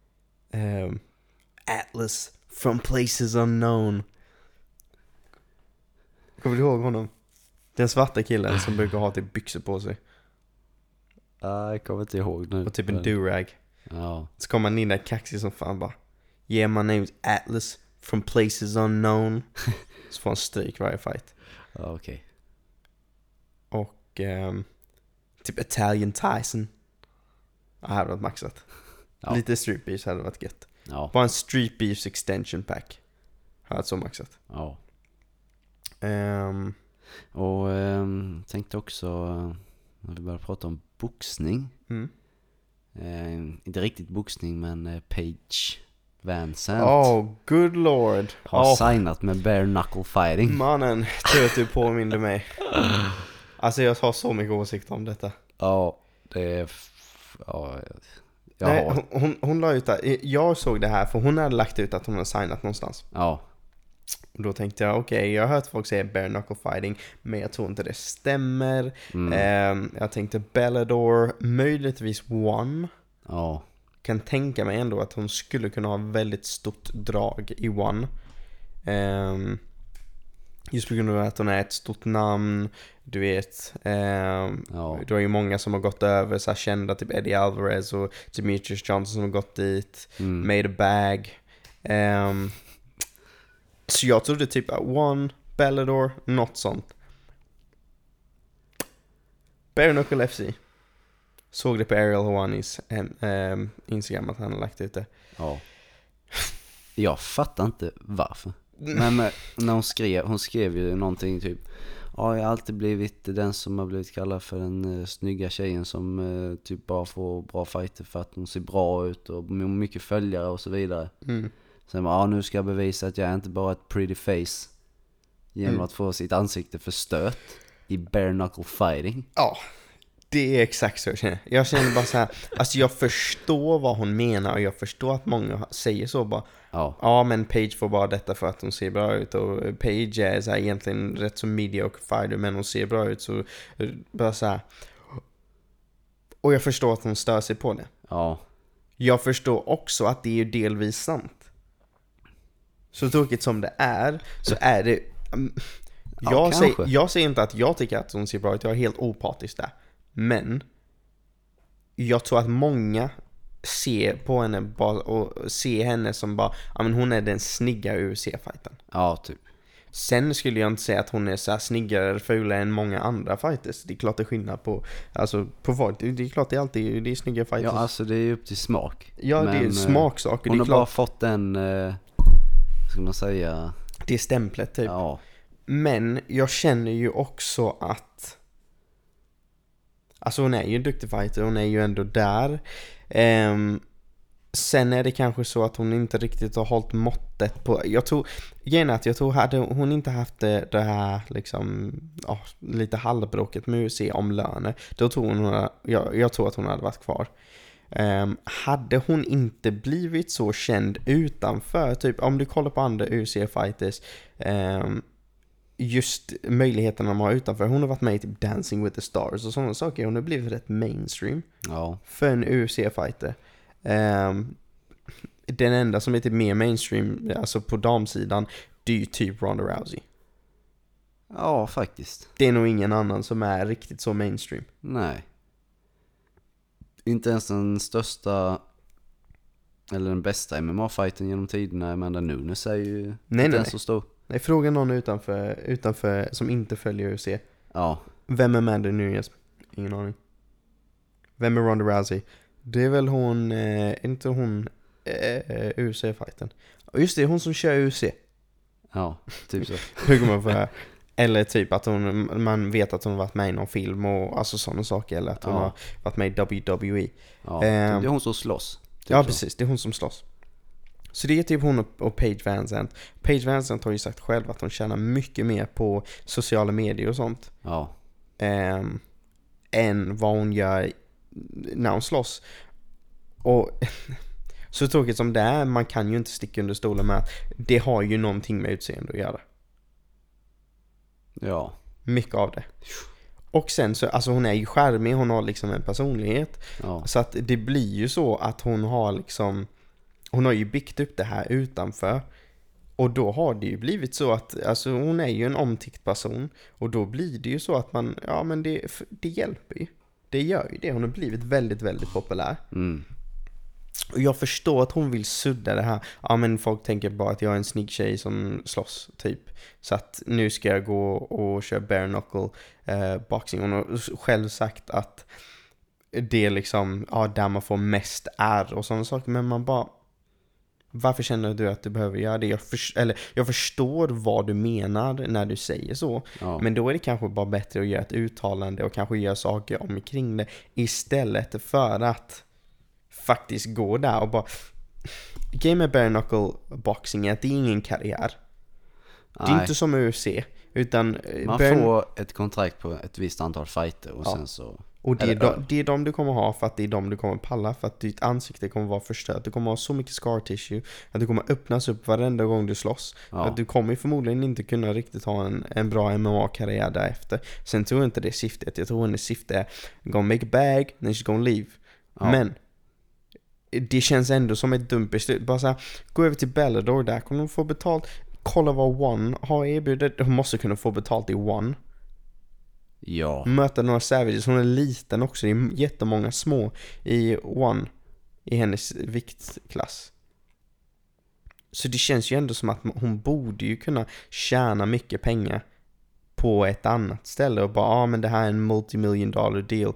Atlas from places unknown. Kommer du ihåg honom? Den svarta killen som brukar ha typ byxor på sig. Jag kommer inte ihåg nu. Och typ en durag. Ja. Så kommer man in där kaxig som fan bara, yeah, my name's Atlas from places unknown. Så får han stryk varje fight. Ja, okej. Och typ Italian Tyson. Det hade varit maxat. Ja. Lite Street Beefs hade varit gött. Ja. Bara en Street Beefs extension pack hade varit så maxat. Ja. Och tänkte också, när vi började prata om boxning. Inte riktigt boxning, men Paige VanZant. Oh, good lord. Har signat med Bare Knuckle Fighting. Mannen, tror att du påminner mig. Alltså jag har så mycket åsikter om detta. Ja, det är... Nej, hon la ut det. Jag såg det här för hon hade lagt ut att hon har signat någonstans. Ja. Och då tänkte jag, okej, jag har hört folk säga Bare Knuckle Fighting, men jag tror inte det stämmer. Jag tänkte Bellator, möjligtvis One. Ja. Kan tänka mig ändå att hon skulle kunna ha väldigt stort drag i One. Just på grund av att hon är ett stort namn. Du vet, det var ju många som har gått över så här kända, typ Eddie Alvarez och Demetrius Johnson som har gått dit. Made a bag. Så jag trodde typ One, Bellator, något sånt. Bare Knuckle FC. Såg det på Ariel Hawanis Instagram att han har lagt ut det. Ja. Jag fattar inte varför. Men när hon skrev ju någonting typ, ja, jag har alltid blivit den som har blivit kallad för den snygga tjejen som typ bara får bra fighter för att hon ser bra ut och mycket följare och så vidare. Sen nu ska jag bevisa att jag är inte bara ett pretty face genom att få sitt ansikte förstört i Bare Knuckle Fighting. Ja, det är exakt så jag känner. Jag känner bara så här, alltså jag förstår vad hon menar och jag förstår att många säger så bara. Ja, men Paige får bara detta för att hon ser bra ut, och Paige är så här egentligen rätt så mediocre fighter, men hon ser bra ut, så bara så här. Och jag förstår att hon stör sig på det. Ja. Jag förstår också att det är delvis sant. Så tråkigt som det är, så är det jag säger inte att jag tycker att hon ser bra ut. Jag är helt opartisk där. Men jag tror att många ser på henne bara, och ser henne som bara, ja, men hon är den snygga UFC-fighten. Ja, typ. Sen skulle jag inte säga att hon är så här snyggare eller fulare än många andra fighters. Det är klart det är skillnad på, alltså på folk. Det är klart det är snygga fighters. Ja, alltså det är upp till smak. Ja, men det är smaksaker. Hon det är har klart. bara fått en, ska man säga, det är stämplet typ. Ja. Men jag känner ju också att, alltså hon är ju en duktig fighter, hon är ju ändå där. Sen är det kanske så att hon inte riktigt har hållit måttet på... Jag tror hade hon inte haft det här liksom, lite halvbråket med UC om löner, då tror hon, jag tror att hon hade varit kvar. Hade hon inte blivit så känd utanför, typ om du kollar på andra UC-fighters, just möjligheterna man har utanför. Hon har varit med i typ Dancing with the Stars och sådana saker. Hon har blivit rätt mainstream för en UFC-fighter. Den enda som är typ mer mainstream, alltså på damsidan, det är ju typ Ronda Rousey. Ja, faktiskt. Det är nog ingen annan som är riktigt så mainstream. Nej. Inte ens den största eller den bästa MMA-fighten genom tiderna, Amanda Nunes är ju inte ens så stor. Nej, fråga någon utanför som inte följer UFC. Ja. Vem är Amanda Nunes? Ingen aning. Vem är Ronda Rousey? Det är väl hon, inte hon UFC-fighten. Just det, hon som kör UFC. Ja, typ så. Hur går man för här? Eller typ att man vet att hon har varit med i någon film och alltså sådana saker. Eller att hon har varit med i WWE. Ja, det är hon som slåss. Typ ja, precis. Det är hon som slåss. Så det är typ hon och Paige VanZant. Paige VanZant har ju sagt själv att hon tjänar mycket mer på sociala medier och sånt. Ja. Än vad hon gör när hon slåss. Och så tråkigt som det är, man kan ju inte sticka under stolen med att det har ju någonting med utseende att göra. Ja. Mycket av det. Och sen så, alltså hon är ju charmig, hon har liksom en personlighet. Ja. Så att det blir ju så att hon har liksom, hon har ju byggt upp det här utanför. Och då har det ju blivit så att, alltså hon är ju en omtyckt person. Och då blir det ju så att man, ja men det hjälper ju. Det gör ju det, hon har blivit väldigt, väldigt populär. Mm. Och jag förstår att hon vill sudda det här. Ja men folk tänker bara att jag är en snygg tjej som slåss typ. Så att nu ska jag gå och köra bare knuckle boxing. Hon har själv sagt att det är liksom, ja där man får mest är och sådana saker. Men man bara, varför känner du att du behöver göra det? Jag förstår vad du menar när du säger så. Ja. Men då är det kanske bara bättre att göra ett uttalande och kanske göra saker omkring det istället för att faktiskt gå där och bara... Game med bare knuckle boxing är att det är ingen karriär. Nej. Det är inte som UFC, utan man får ett kontrakt på ett visst antal fighter och sen så... Och det är de du kommer ha för att det är de du kommer palla, för att ditt ansikte kommer vara förstört. Du kommer ha så mycket scar tissue att du kommer öppnas upp varenda gång du slåss. Att du kommer förmodligen inte kunna riktigt ha en bra MMA-karriär därefter. Sen tror jag inte det är syftet. Jag tror hennes syfte är gonna make a bag, then she's gonna leave. Men det känns ändå som ett dumt beslut. Bara så här, gå över till Bellator, där kommer hon få betalt. Kolla vad One har erbjudit. Hon måste kunna få betalt i One. Ja. Möta några savages. Hon är liten också. Det är jättemånga små i One i hennes viktklass. Så det känns ju ändå som att hon borde ju kunna tjäna mycket pengar på ett annat ställe och bara, men det här är en multimillion-dollar deal.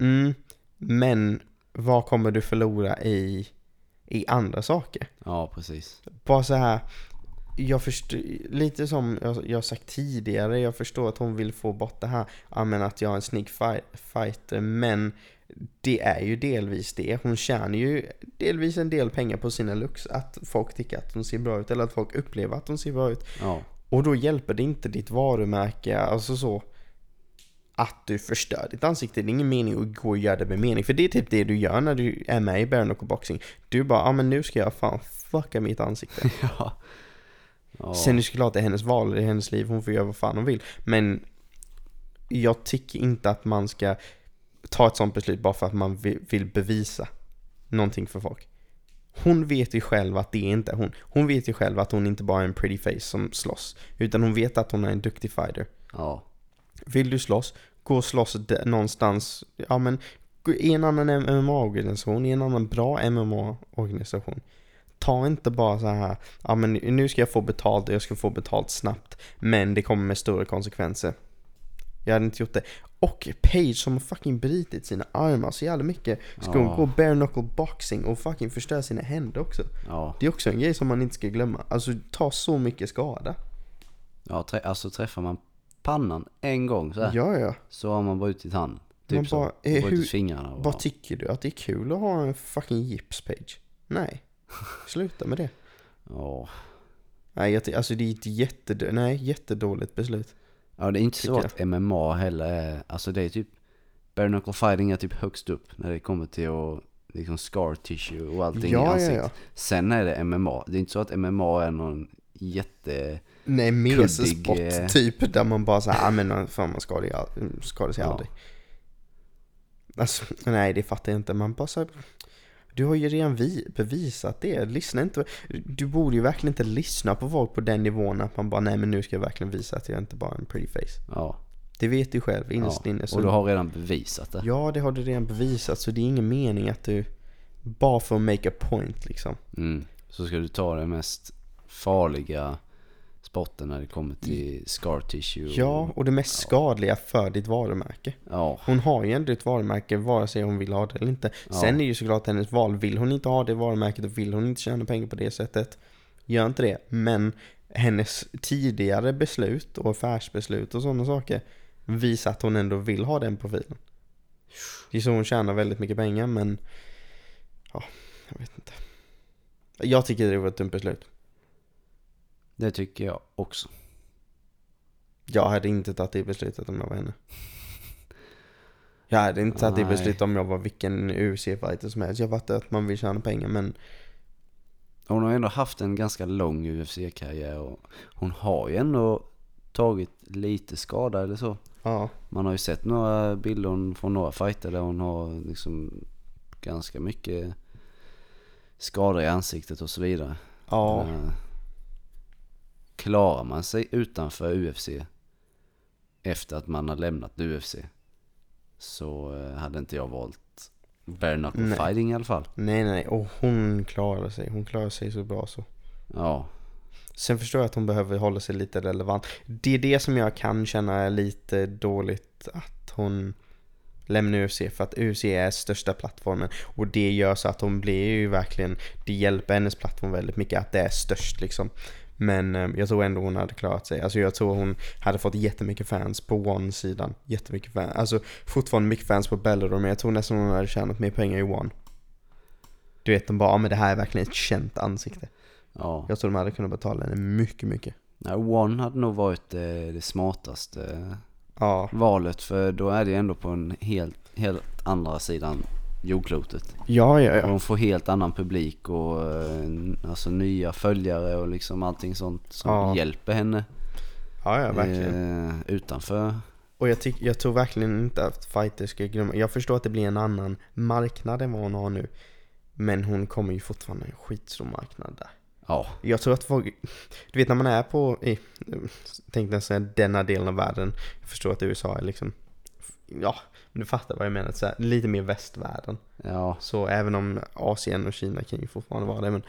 Men vad kommer du förlora i andra saker? Ja, precis. Bara så här, jag förstår, lite som jag sagt tidigare, jag förstår att hon vill få bort det här, men att jag är en snygg fighter, men det är ju delvis det. Hon tjänar ju delvis en del pengar på sina looks, att folk tycker att hon ser bra ut eller att folk upplever att hon ser bra ut. Ja. Och då hjälper det inte ditt varumärke, alltså så, att du förstör ditt ansikte. Det är ingen mening att gå och göra det med mening. För det är typ det du gör när du är med i bare knuckle boxing. Du bara, men nu ska jag fan fucka mitt ansikte. Ja. Sen är det såklart det är hennes val, det är hennes liv, hon får göra vad fan hon vill. Men jag tycker inte att man ska ta ett sånt beslut bara för att man vill bevisa någonting för folk. Hon vet ju själv att det är inte hon. Hon vet ju själv att hon inte bara är en pretty face som slåss, utan hon vet att hon är en duktig fighter. Ja. Vill du slåss, gå och slåss någonstans, ja men i en annan MMA-organisation, i en annan bra MMA-organisation. Ta inte bara så här, ja men nu ska jag få betalt och jag ska få betalt snabbt, men det kommer med stora konsekvenser. Jag hade inte gjort det. Och Paige som har fucking britit sina armar så jävla mycket, ska hon gå bare knuckle boxing och fucking förstöra sina händer också. Det är också en grej som man inte ska glömma. Alltså ta så mycket skada. Ja, alltså träffar man pannan en gång så här, ja. så har man brutit handen. Typ så. Fingrarna vad tycker du? Att det är kul att ha en fucking gipspage? Nej. Sluta med det. Ja. Nej, alltså det är ett jättedåligt beslut. Ja, det är inte så att MMA heller är... Alltså det är typ... Bare knuckle fighting är typ högst upp när det kommer till att liksom scar tissue och allting i ansiktet. Ja. Sen är det MMA. Det är inte så att MMA är någon mesesport typ där man bara såhär, men fan man skadar sig aldrig. Alltså, nej, det fattar jag inte. Man bara så här, du har ju redan bevisat det. Lyssna inte. Du borde ju verkligen inte lyssna på folk på den nivån att man bara, nej men nu ska jag verkligen visa att jag inte bara är en pretty face. Ja. Det vet du själv innerst inne. Och du har redan bevisat det. Ja, det har du redan bevisat. Så det är ingen mening att du bara får make a point liksom. Så ska du ta det mest farliga sporten när det kommer till scar tissue. Ja, och det mest skadliga för ditt varumärke. Ja. Hon har ju ändå ett varumärke vare sig hon vill ha det eller inte. Sen är det ju såklart hennes val. Vill hon inte ha det varumärket och vill hon inte tjäna pengar på det sättet, gör inte det. Men hennes tidigare beslut och affärsbeslut och sådana saker visar att hon ändå vill ha den profilen. Det är så hon tjänar väldigt mycket pengar, men ja, jag vet inte. Jag tycker det var ett dumt beslut. Det tycker jag också. Jag hade inte tagit det beslutet om jag var henne. Jag hade inte tagit det beslutet om jag var vilken UFC-fighter som helst. Jag vet att man vill tjäna pengar, men hon har ändå haft en ganska lång UFC-karriär och hon har ju ändå tagit lite skada eller så. Ja. Man har ju sett några bilder från några fighter där hon har liksom ganska mycket skador i ansiktet och så vidare. Ja. Klarar man sig utanför UFC efter att man har lämnat UFC, så hade inte jag valt bare knuckle fighting i alla fall. Nej. Och hon klarar sig. Hon klarar sig så bra så. Ja. Sen förstår jag att hon behöver hålla sig lite relevant. Det är det som jag kan känna är lite dåligt, att hon lämnar UFC, för att UFC är största plattformen och det gör så att hon blir ju verkligen, det hjälper hennes plattform väldigt mycket att det är störst liksom. Men jag tror ändå hon hade klarat sig. Alltså jag tror hon hade fått jättemycket fans på One-sidan. Jättemycket fans. Alltså fortfarande mycket fans på Bellator, men jag tror nästan hon hade tjänat mer pengar i One. Du vet, de bara, men det här är verkligen ett känt ansikte. Ja. Jag tror de hade kunnat betala henne mycket. Nej, One hade nog varit det smartaste valet, för då är det ändå på en helt andra sidan jordklotet. Ja. Och de får helt annan publik och alltså nya följare och liksom allting sånt som hjälper henne. Ja, verkligen. Utanför. Och jag tror verkligen inte att fighters ska glömma. Jag förstår att det blir en annan marknad än vad hon har nu. Men hon kommer ju fortfarande en skitstor marknad där. Ja. Jag tror att folk, du vet när man är på tänkte jag säga denna delen av världen. Jag förstår att USA är liksom, ja, men du fattar vad jag menar, så här, lite mer västvärlden. Ja. Så även om Asien och Kina kan ju fortfarande vara det, men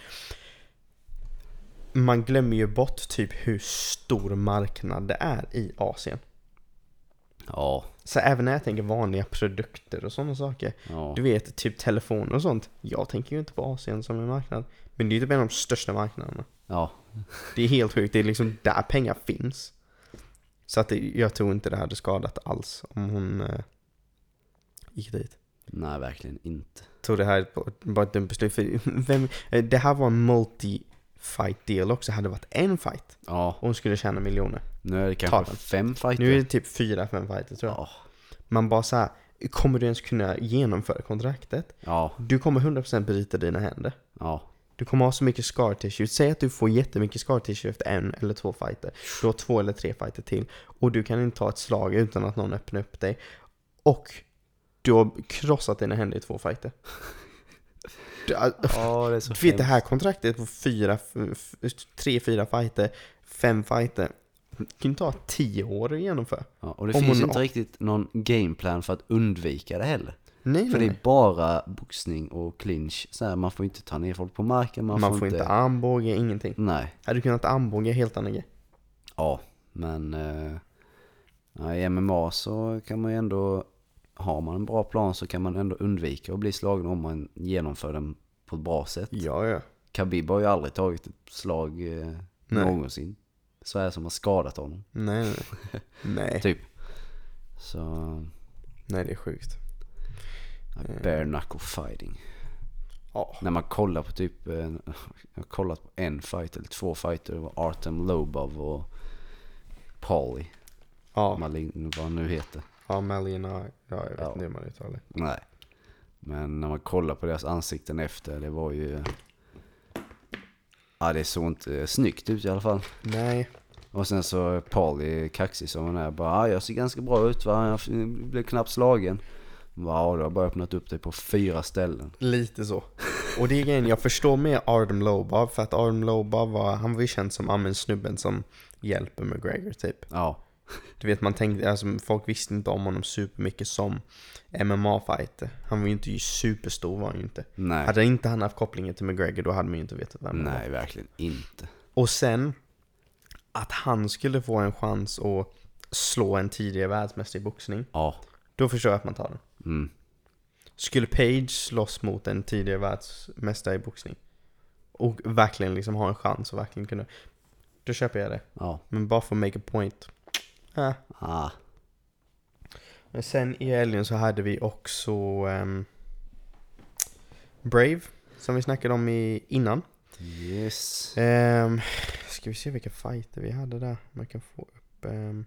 man glömmer ju bort typ hur stor marknad det är i Asien. Ja. Så även när jag tänker vanliga produkter och sådana saker. Ja. Du vet, typ telefoner och sånt. Jag tänker ju inte på Asien som en marknad. Men det är ju typ en av de största marknaderna. Ja. Det är helt sjukt. Det är liksom där pengar finns. Så att jag tror inte det hade skadat alls om hon gick dit. Nej, verkligen inte. Jag tror det här var ett dumt beslut. För det här var en multi-fight deal också. Hade det varit en fight. Ja. Och hon skulle tjäna miljoner. Nu är det kanske 5 fighter. Nu är det typ 4-5 fighter tror jag. Ja. Man bara så här, kommer du ens kunna genomföra kontraktet? Ja. Du kommer 100% bryta dina händer. Ja. Du kommer ha så mycket scar tissue. Säg att du får jättemycket scar tissue efter 1 eller 2 fighter. Du har 2 eller 3 fighter till. Och du kan inte ta ett slag utan att någon öppnar upp dig. Och du har krossat dina händer i 2 fighter. Det är så du vet det här kontraktet på 3-4 fighter, 5 fighter. Det kan ta 10 år att genomföra. Ja, och det finns inte riktigt någon gameplan för att undvika det heller. Nej. Det är bara boxning och clinch. Så här, man får inte ta ner folk på marken. Man får inte armbåge, ingenting. Nej. Hade du kunnat armbåge helt annan grej? Ja, men i MMA så kan man ju ändå, har man en bra plan så kan man ändå undvika att bli slagen om man genomför den på ett bra sätt. Ja. Khabib har ju aldrig tagit ett slag någonsin. Så är det som har skadat honom. Nej. Typ. Så Nej, det är sjukt. Bare knuckle fighting. Ja. När man kollar på typ, jag har kollat på en fight eller 2 fighter, det var Artem Lobov och Paulie. Ja. Malin, vad han nu heter. Ja, Malina. Ja, jag vet inte hur man uttalar det. Nej. Men när man kollar på deras ansikten efter, det var ju... Ja, det såg inte snyggt ut i alla fall. Nej. Och sen så Paulie kaxig som han är. Bara, jag ser ganska bra ut, va? Jag blev knappt slagen. Wow, du har bara öppnat upp dig på 4 ställen. Lite så. Och det är grejen, jag förstår med Artem Lobov. För att Artem Lobov han var ju känd som snubben som hjälper McGregor typ. Ja. Du vet, man tänkte, alltså, folk visste inte om honom supermycket som MMA-fighter. Han var ju inte superstor, var han ju inte. Nej. Hade inte han haft kopplingen till McGregor, då hade man ju inte vetat vem han var. Nej, verkligen inte. Och sen att han skulle få en chans att slå en tidigare världsmästare i boxning. Ja. Då förstår jag att man tar den. Mm. Skulle Page slåss mot en tidigare världsmästare i boxning och verkligen liksom ha en chans och verkligen kunna, då köper jag det. Ja. Men bara för att make a point. Men sen i helgen så hade vi också Brave, som vi snackade om innan. Yes. Ska vi se vilka fighter vi hade där. Man kan få upp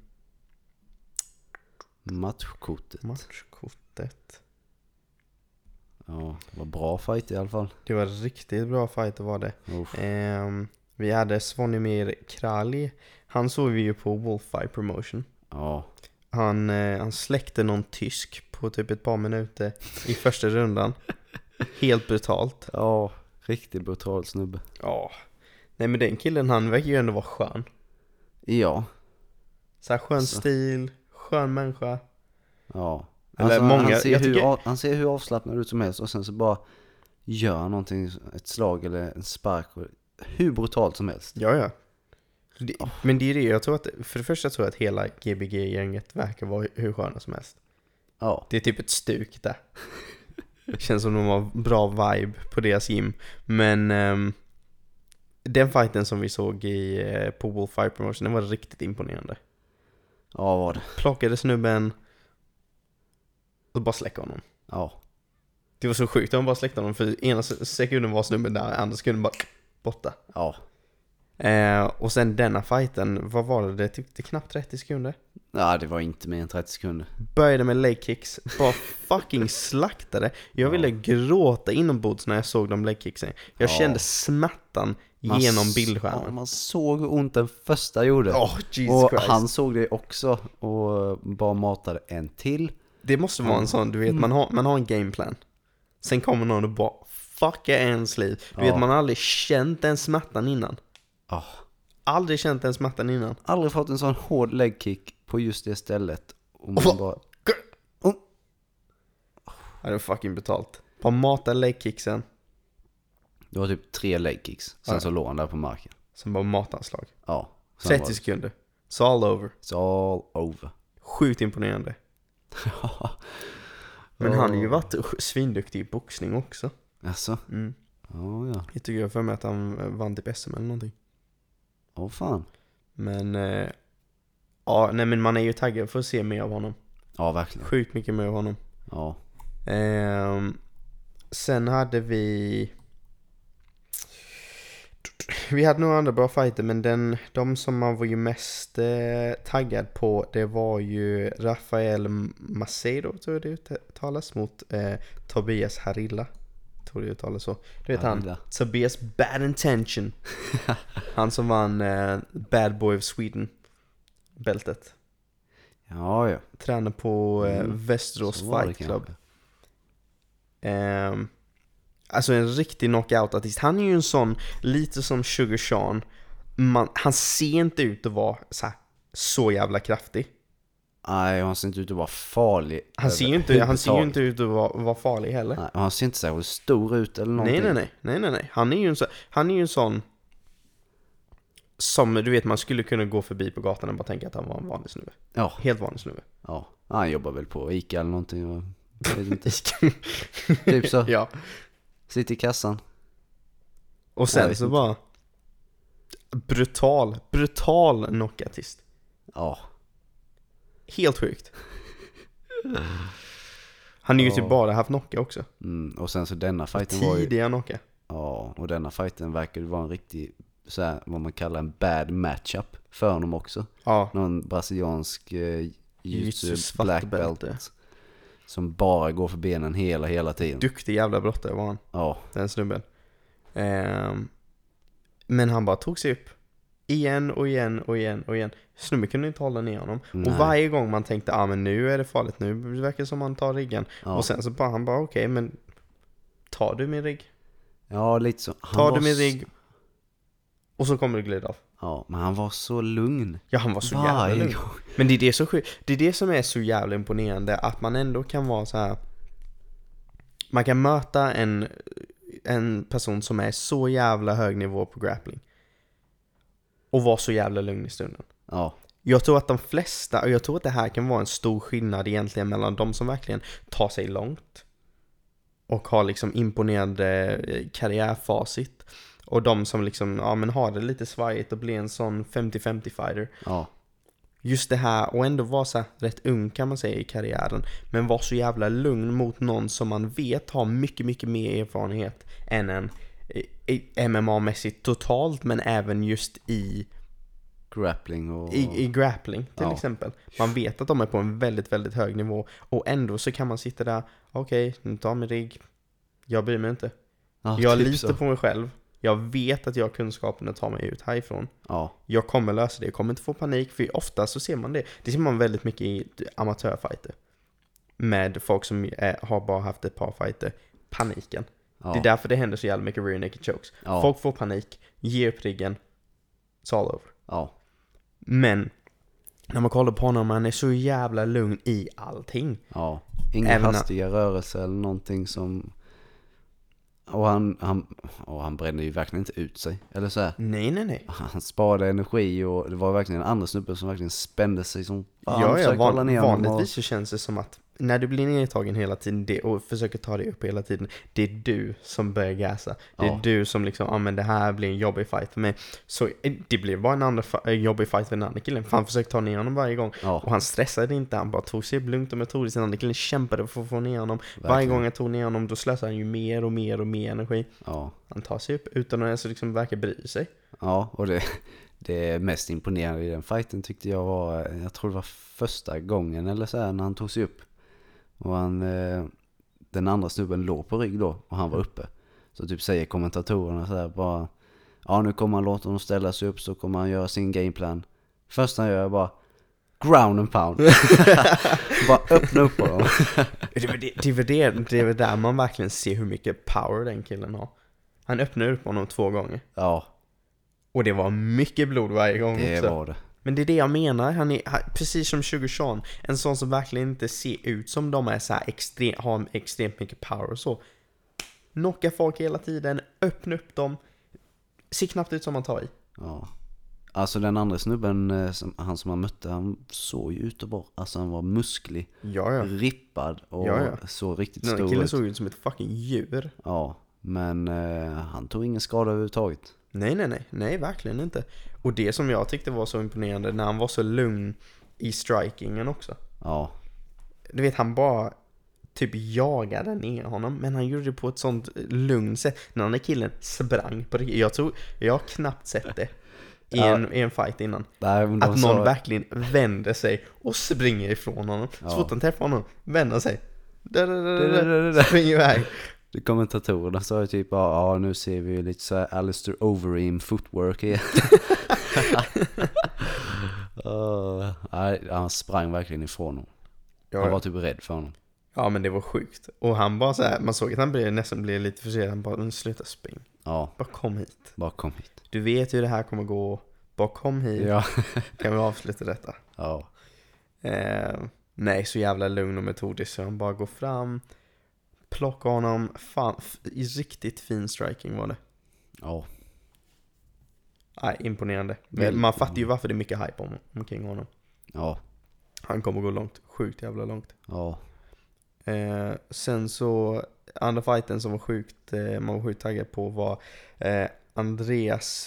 matchkortet. Ja, det var bra fight i alla fall. Det var riktigt bra fight, var det. Vi hade Svonimir Kralj. Han såg vi ju på Wolfeye Promotion. Ja. Han släckte någon tysk på typ ett par minuter i första rundan. Helt brutalt. Ja, riktigt brutal snubbe. Ja. Nej, men den killen, han verkar ju ändå vara skön. Ja. Så här skön stil, skön människa. Ja. Eller alltså, många, han ser hur avslappnad ut som helst och sen så bara gör någonting, ett slag eller en spark, hur brutalt som helst. Ja. Men det är det, jag tror att, för det första tror jag att hela GBG-gänget verkar vara hur sköna som helst. Ja. Det är typ ett stuk där. Det känns som de har bra vibe på deras gym. Men den fighten som vi såg på Wolfeye Promotion, den var riktigt imponerande. Ja, var det. Plockade snubben och bara släckte honom. Ja. Det var så sjukt, de bara släckte honom. För ena sekunden var snubben där, andra sekunden bara borta. Ja. Och sen denna fighten, vad var det? Det knappt 30 sekunder. Ja, det var inte mer än 30 sekunder. Började med leg kicks, bara fucking slaktade. Jag ville gråta inombords när jag såg de leg kicksen. Jag kände smärtan genom bildskärmen. Ja, man såg hur ont den första gjorde. Jesus och Christ. Han såg det också och bara matade en till. Det måste vara en sån, du vet, man har en gameplan. Sen kommer någon och bara fucka ens liv. Du vet, man har aldrig känt den smärtan innan. Aldrig känt den smärtan innan. Aldrig fått en sån hård leg kick på just det stället. Och man bara... Ja, det var fucking betalt. Bara mata leg kicksen. Det var typ 3 leg kicks. Sen så låg han där på marken. Sen bara matanslag. Ja. 30 sekunder. It's all over. It's all over. Sjukt imponerande. Men han har ju varit svinduktig i boxning också. Alltså? Ja. Jag tycker jag för mig att han vann typ SM eller någonting. Fan. Men men man är ju taggad för att se mer av honom. Ja, verkligen. Sjukt mycket mer av honom. Ja. Sen hade vi hade några andra bra fighter, men de som man var ju mest taggad på, det var ju Rafael Macedo, tror jag det uttalas, mot Tobias Harila. Tror det uttalas så. Du vet han, Tobias Bad Intention. Han som vann Bad Boy of Sweden bältet. Ja. Tränar på Västerås Fight Club. Alltså en riktig knockout-artist. Han är ju en sån, lite som Sugar Sean. Han ser inte ut att vara så jävla kraftig. Nej, han ser inte ut att vara farlig. Han ser ju inte ut att vara farlig heller. Nej, han ser inte så stor ut eller någonting. Nej. Han är ju en sån som, du vet, man skulle kunna gå förbi på gatan och bara tänka att han var en vanlig snubbe. Ja. Helt vanlig snubbe. Ja, han jobbar väl på Ica eller någonting. Jag vet inte. Typ så. Ja. Sitter i kassan. Och sen så bara brutal knockoutist. Ja. Helt sjukt. Han är ju typ bara haft knocka också. Och sen så denna fighten var ju... Tidiga knocka. Ja, och denna fighten verkar ju vara en riktig, så här, vad man kallar en bad matchup för honom också. Ja. Någon brasiliansk jiu-jitsu black belt som bara går för benen hela tiden. Duktig jävla brottare var han. Ja. Den snubben. Men han bara tog sig upp. Igen och igen. Snubben kunde inte hålla ner honom. Nej. Och varje gång man tänkte, men nu är det farligt. Nu verkar det som han tar ryggen. Ja. Och sen så bara, han bara, okej, men tar du min rygg? Ja, lite så. Tar du min rygg? Och så kommer du glida av. Ja, men han var så lugn. Ja, han var så jävla lugn. Men det är det, det är det som är så jävla imponerande. Att man ändå kan vara så här. Man kan möta en person som är så jävla hög nivå på grappling. Och vara så jävla lugn i stunden. Ja. Jag tror att de flesta, och jag tror att det här kan vara en stor skillnad egentligen mellan de som verkligen tar sig långt och har liksom imponerande karriärfacit och de som liksom, har det lite svajigt och blir en sån 50-50 fighter. Ja. Just det här, och ändå vara så rätt ung kan man säga i karriären, men vara så jävla lugn mot någon som man vet har mycket mer erfarenhet än en MMA-mässigt totalt, men även just i grappling och... I grappling till exempel. Man vet att de är på en väldigt hög nivå, och ändå så kan man sitta där, okej, nu tar min rigg, jag bryr mig inte. Jag typ litar på mig själv. Jag vet att jag har kunskapen att ta mig ut härifrån. Ja. Jag kommer lösa det. Jag kommer inte få panik. För ofta så ser man det. Det ser man väldigt mycket i amatörfighter. Med folk som har bara haft ett par fighter. Paniken. Ja. Det är därför det händer så jävla mycket rear naked chokes. Ja. Folk får panik. Ger upp riggen. It's all over. Ja. Men när man kollar på honom, man är så jävla lugn i allting. Ja. Inga hastiga rörelser eller någonting som... Och han brände ju verkligen inte ut sig. Eller så här. Nej. Han sparade energi, och det var verkligen en andra snubbe som verkligen spände sig som fan. Vanligtvis så känns det som att när du blir nedtagen hela tiden och försöker ta dig upp hela tiden, det är du som börjar gasa. Det är du som liksom, men det här blir en jobbig fight för mig. Så det blev bara en annan jobbig fight för den andra killen. För han försökte ta ner honom varje gång. Ja. Och han stressade inte, han bara tog sig lugnt och metodiskt. Den andra killen kämpade för att få ner honom. Verkligen. Varje gång jag tog ner honom, då slösade han ju mer energi. Ja. Han tar sig upp utan att ens liksom verka bry sig. Ja, och det mest imponerande i den fighten tyckte jag var, jag tror det var första gången eller så här, när han tog sig upp. Och den andra snubben låg på rygg då, och han var uppe. Så typ säger kommentatorerna så här bara, nu kommer han låta honom ställa sig upp, så kommer han göra sin gameplan. Först han gör bara ground and pound. Bara öppna upp på dem. Det är väl där man verkligen ser hur mycket power den killen har. Han öppnade upp honom 2 gånger. Ja. Och det var mycket blod varje gång det också. Det var det. Men det är det jag menar. Han är precis som Sugar Sean. En sån som verkligen inte ser ut som de är så här har extremt mycket power och så. Knocka folk hela tiden. Öppna upp dem. Ser knappt ut som man tar i. Ja. Alltså den andra snubben, han som han mötte, han såg ju ut och bara, alltså han var musklig. Ja. Rippad och så riktigt stor. Den killen såg ut som ett fucking djur. Ja, men han tog ingen skada överhuvudtaget. Nej, verkligen inte. Och det som jag tyckte var så imponerande, när han var så lugn i strikingen också. Ja. Du vet, han bara typ jagade ner honom, men han gjorde det på ett sånt lugnt sätt. När den där killen sprang på det. Jag har knappt sett det i en fight innan. Nej, att någon verkligen vänder sig och springer ifrån honom. Så fort han träffar honom, vänder sig. Springer iväg. Kommentatorerna sa ju typ, nu ser vi lite så här Alistair Overeem footwork igen. Han sprang verkligen ifrån honom. Han var typ rädd för honom. Ja, men det var sjukt. Och han bara så här, man såg att han nästan blev lite försenad. Han bara, sluta spring. Ja. Bara kom hit. Du vet hur det här kommer gå. Bara kom hit. Ja. Kan vi avsluta detta? Ja. Nej, så jävla lugn och metodisk. Så han bara går fram, plocka honom. Fan, riktigt fin striking var det. Ja. Nej, imponerande. Man fattar ju varför det är mycket hype omkring honom. Ja. Han kommer gå långt. Sjukt jävla långt. Ja. Sen så andra fighten som var man var sjukt taggad på var Andreas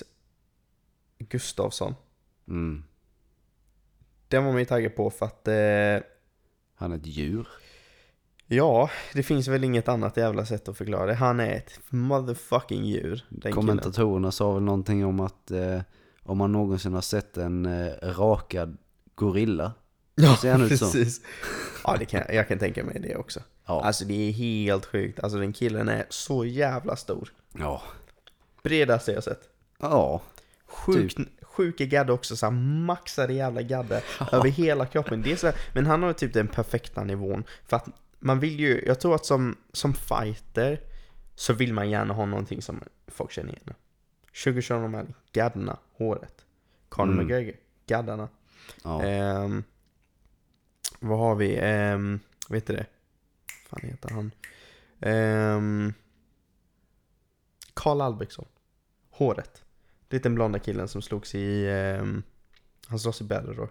Gustafsson. Den var man ju taggad på för att Han är ett djur. Ja, det finns väl inget annat jävla sätt att förklara det. Han är ett motherfucking djur. Kommentatorerna sa väl någonting om att om man någonsin har sett en rakad gorilla. Ja, precis. Ja, jag kan tänka mig det också. Ja. Alltså det är helt sjukt. Alltså den killen är så jävla stor. Ja. Bredaste jag sett. Ja. Sjuka gadda också, så här maxade jävla gadda över hela kroppen. Det är så här, men han har typ den perfekta nivån. För att man vill ju, jag tror att som fighter så vill man gärna ha någonting som folk känner igen. 20 km, gaddarna, håret. Conor McGregor, gaddarna. Ja. Vad har vi? Vet du det? Vad fan heter han? Carl Albrektsson. Håret. Det är den blonda killen som slogs i han slåss i Bellator.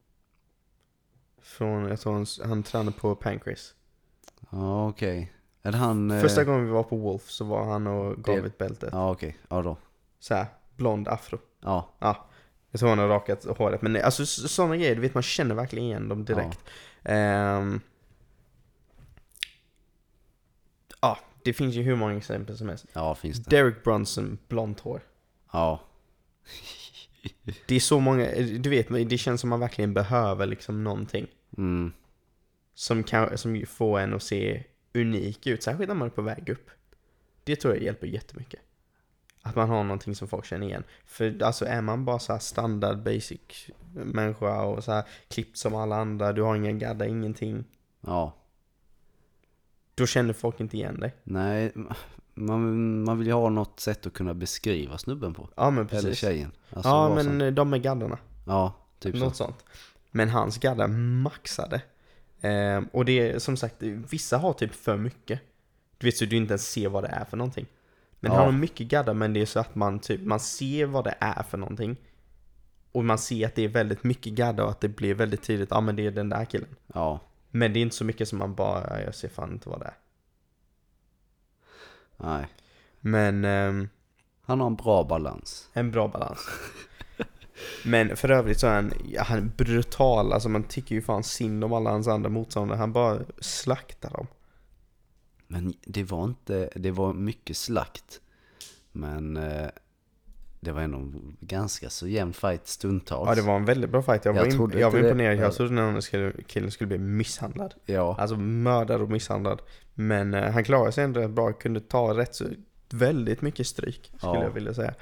Jag tror han tränade på Pancrase. Ja, okej. Är det han första gången vi var på Wolf så var han och gav ett bältet. Ja, okej. Ja då. Så här, blond afro. Ja. Ja. Jag tror han har rakat håret. Men alltså sådana grejer, du vet, man känner verkligen igen dem direkt. Ja. Det finns ju hur många exempel som helst. Ja, finns det. Derek Brunson, blont hår. Ja. Det är så många, du vet, det känns som man verkligen behöver liksom någonting. Som får en att se unik ut, särskilt när man är på väg upp. Det tror jag hjälper jättemycket. Att man har någonting som folk känner igen. För alltså är man bara så här standard basic människa och så här klippt som alla andra, du har ingen gadda, ingenting. Ja. Då känner folk inte igen dig. Nej, man vill ju ha något sätt att kunna beskriva snubben på. Ja, men precis. Eller tjejen. Alltså, ja, men de är gaddarna. Ja, typ något sånt. Men hans gadda maxade. Och det är som sagt, vissa har typ för mycket. Du vet så du inte ens ser vad det är för någonting. Men han har mycket gadda, men det är så att man ser vad det är för någonting. Och man ser att det är väldigt mycket gadda och att det blir väldigt tydligt, ja men det är den där killen. Ja. Men det är inte så mycket som man bara, jag ser fan inte vad det är. Nej. Men han har en bra balans. Men för övrigt så är han är brutal. Alltså man tycker ju fan synd om alla hans andra motståndare. Han bara slaktar dem. Men det var mycket slakt. Men det var ändå ganska så jämn fight stundtals. Ja, det var en väldigt bra fight. Jag var imponerad. Jag trodde när killen skulle bli misshandlad. Ja. Alltså mördad och misshandlad. Men han klarade sig ändå bra. Kunde ta väldigt mycket stryk, skulle jag vilja säga.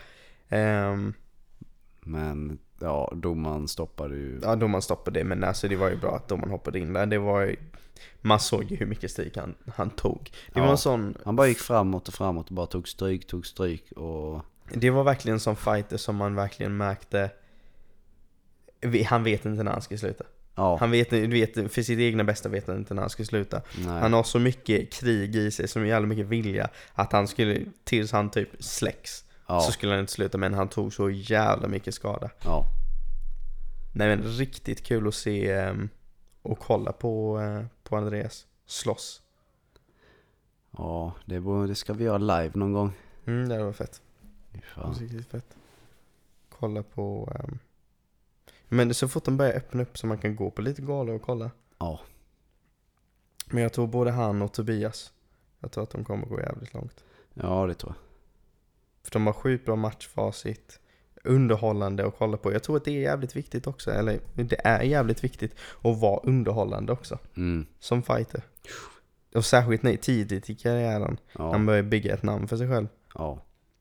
Men ja, domaren stoppade ju. Ja, domaren stoppade det. Men alltså, det var ju bra att domaren hoppade in där. Det var man såg ju hur mycket stryk han tog. Det var en sån. Han bara gick framåt och bara tog stryk och det var verkligen en sån fighter som man verkligen märkte. Han vet inte när han ska sluta. Ja. Han vet för sitt egna bästa vet han inte när han ska sluta. Nej. Han har så mycket krig i sig, så jävla mycket vilja, att han skulle, tills han typ släcks, så skulle han inte sluta. Men han tog så jävla mycket skada. Ja. Nej, men riktigt kul att se och kolla på Andreas slåss. Ja, det ska vi göra live någon gång. Det var fett. Riktigt fett. Kolla på men så fort de börjar öppna upp så man kan gå på lite galor och kolla. Ja. Men jag tror både han och Tobias, jag tror att de kommer gå jävligt långt. Ja, det tror jag. För de har sjukt bra matchfacit, underhållande att kolla på. Jag tror att det är jävligt viktigt också. Eller det är jävligt viktigt att vara underhållande också. Som fighter. Och särskilt tidigt i karriären. Ja. Han börjar bygga ett namn för sig själv. Ja.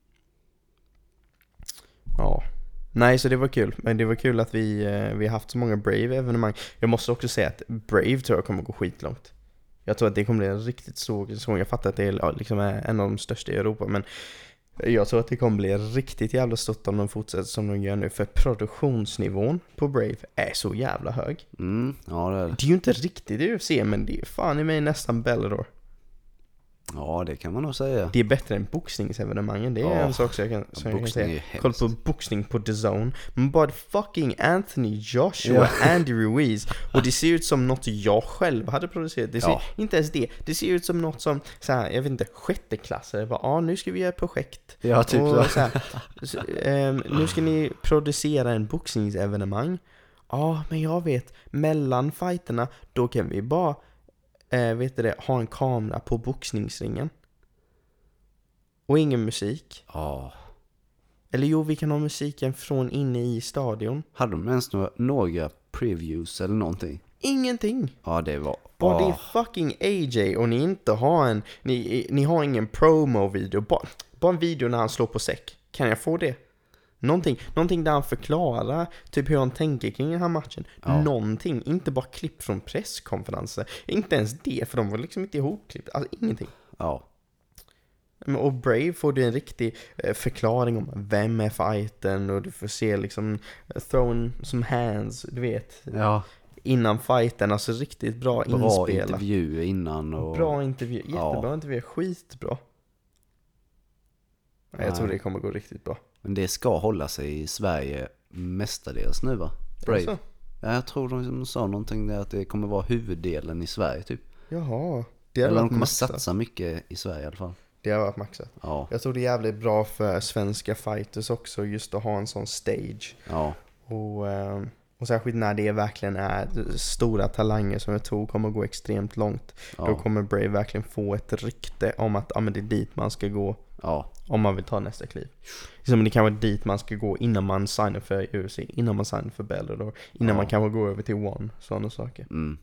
Ja. Nej, så det var kul. Men det var kul att vi har haft så många Brave-evenemang. Jag måste också säga att Brave tror jag kommer gå skitlångt. Jag tror att det kommer bli en riktigt stor. Jag fattar att det är liksom en av de största i Europa. Men jag tror att det kommer bli riktigt jävla stort om de fortsätter som de gör nu. För produktionsnivån på Brave är så jävla hög. Ja, det är det. Det är ju inte riktigt UFC, men det är fan i mig nästan Bellator. Ja, det kan man nog säga. Det är bättre än boxningsevenemangen. Det är en sak som jag kan säga. Kolla på boxning på The Zone. Men bara fucking Anthony Joshua, Andy Ruiz. Och det ser ut som något jag själv hade producerat. Det ser inte ens det. Det ser ut som något som så här, jag vet inte, sjätteklassare. Bara, nu ska vi göra ett projekt. Ja, typ och, så här, nu ska ni producera en boxningsevenemang. Ja, men jag vet. Mellan fighterna, då kan vi bara ha en kamera på boxningsringen. Och ingen musik. Ja. Eller jo, vi kan ha musiken från inne i stadion. Hade de ens några previews eller någonting? Ingenting. Ja, det var... Bara det är fucking AJ och ni inte har en... Ni har ingen promo-video. Bara en video när han slår på säck. Kan jag få det? Någonting där han förklarar typ hur han tänker kring den här matchen. Ja. Någonting, inte bara klipp från presskonferenser. Inte ens det, för de var liksom inte ihopklippt. Alltså ingenting. Ja. Och Brave får du en riktig förklaring om vem är fighten och du får se liksom thrown some hands, du vet. Ja. Innan fighten, alltså riktigt bra inspelat. Bra intervju innan. Och... Bra intervju, jättebra intervju, skitbra. Jag tror det kommer gå riktigt bra. Men det ska hålla sig i Sverige mestadels nu, va? Brave. Alltså. Ja, jag tror de sa någonting där att det kommer vara huvuddelen i Sverige typ. Jaha. Eller de kommer satsa mycket i Sverige i alla fall. Det har varit maxat. Ja. Jag tror det är jävligt bra för svenska fighters också, just att ha en sån stage. Ja. Och särskilt när det verkligen är stora talanger som jag tror kommer gå extremt långt. Ja. Då kommer Brave verkligen få ett rykte om att men det är dit man ska gå. Ja. Om man vill ta nästa kliv. Liksom det kan vara dit man ska gå innan man signar för UFC, innan man signar för Bellator, innan man kan gå över till One, sådana saker. Mm.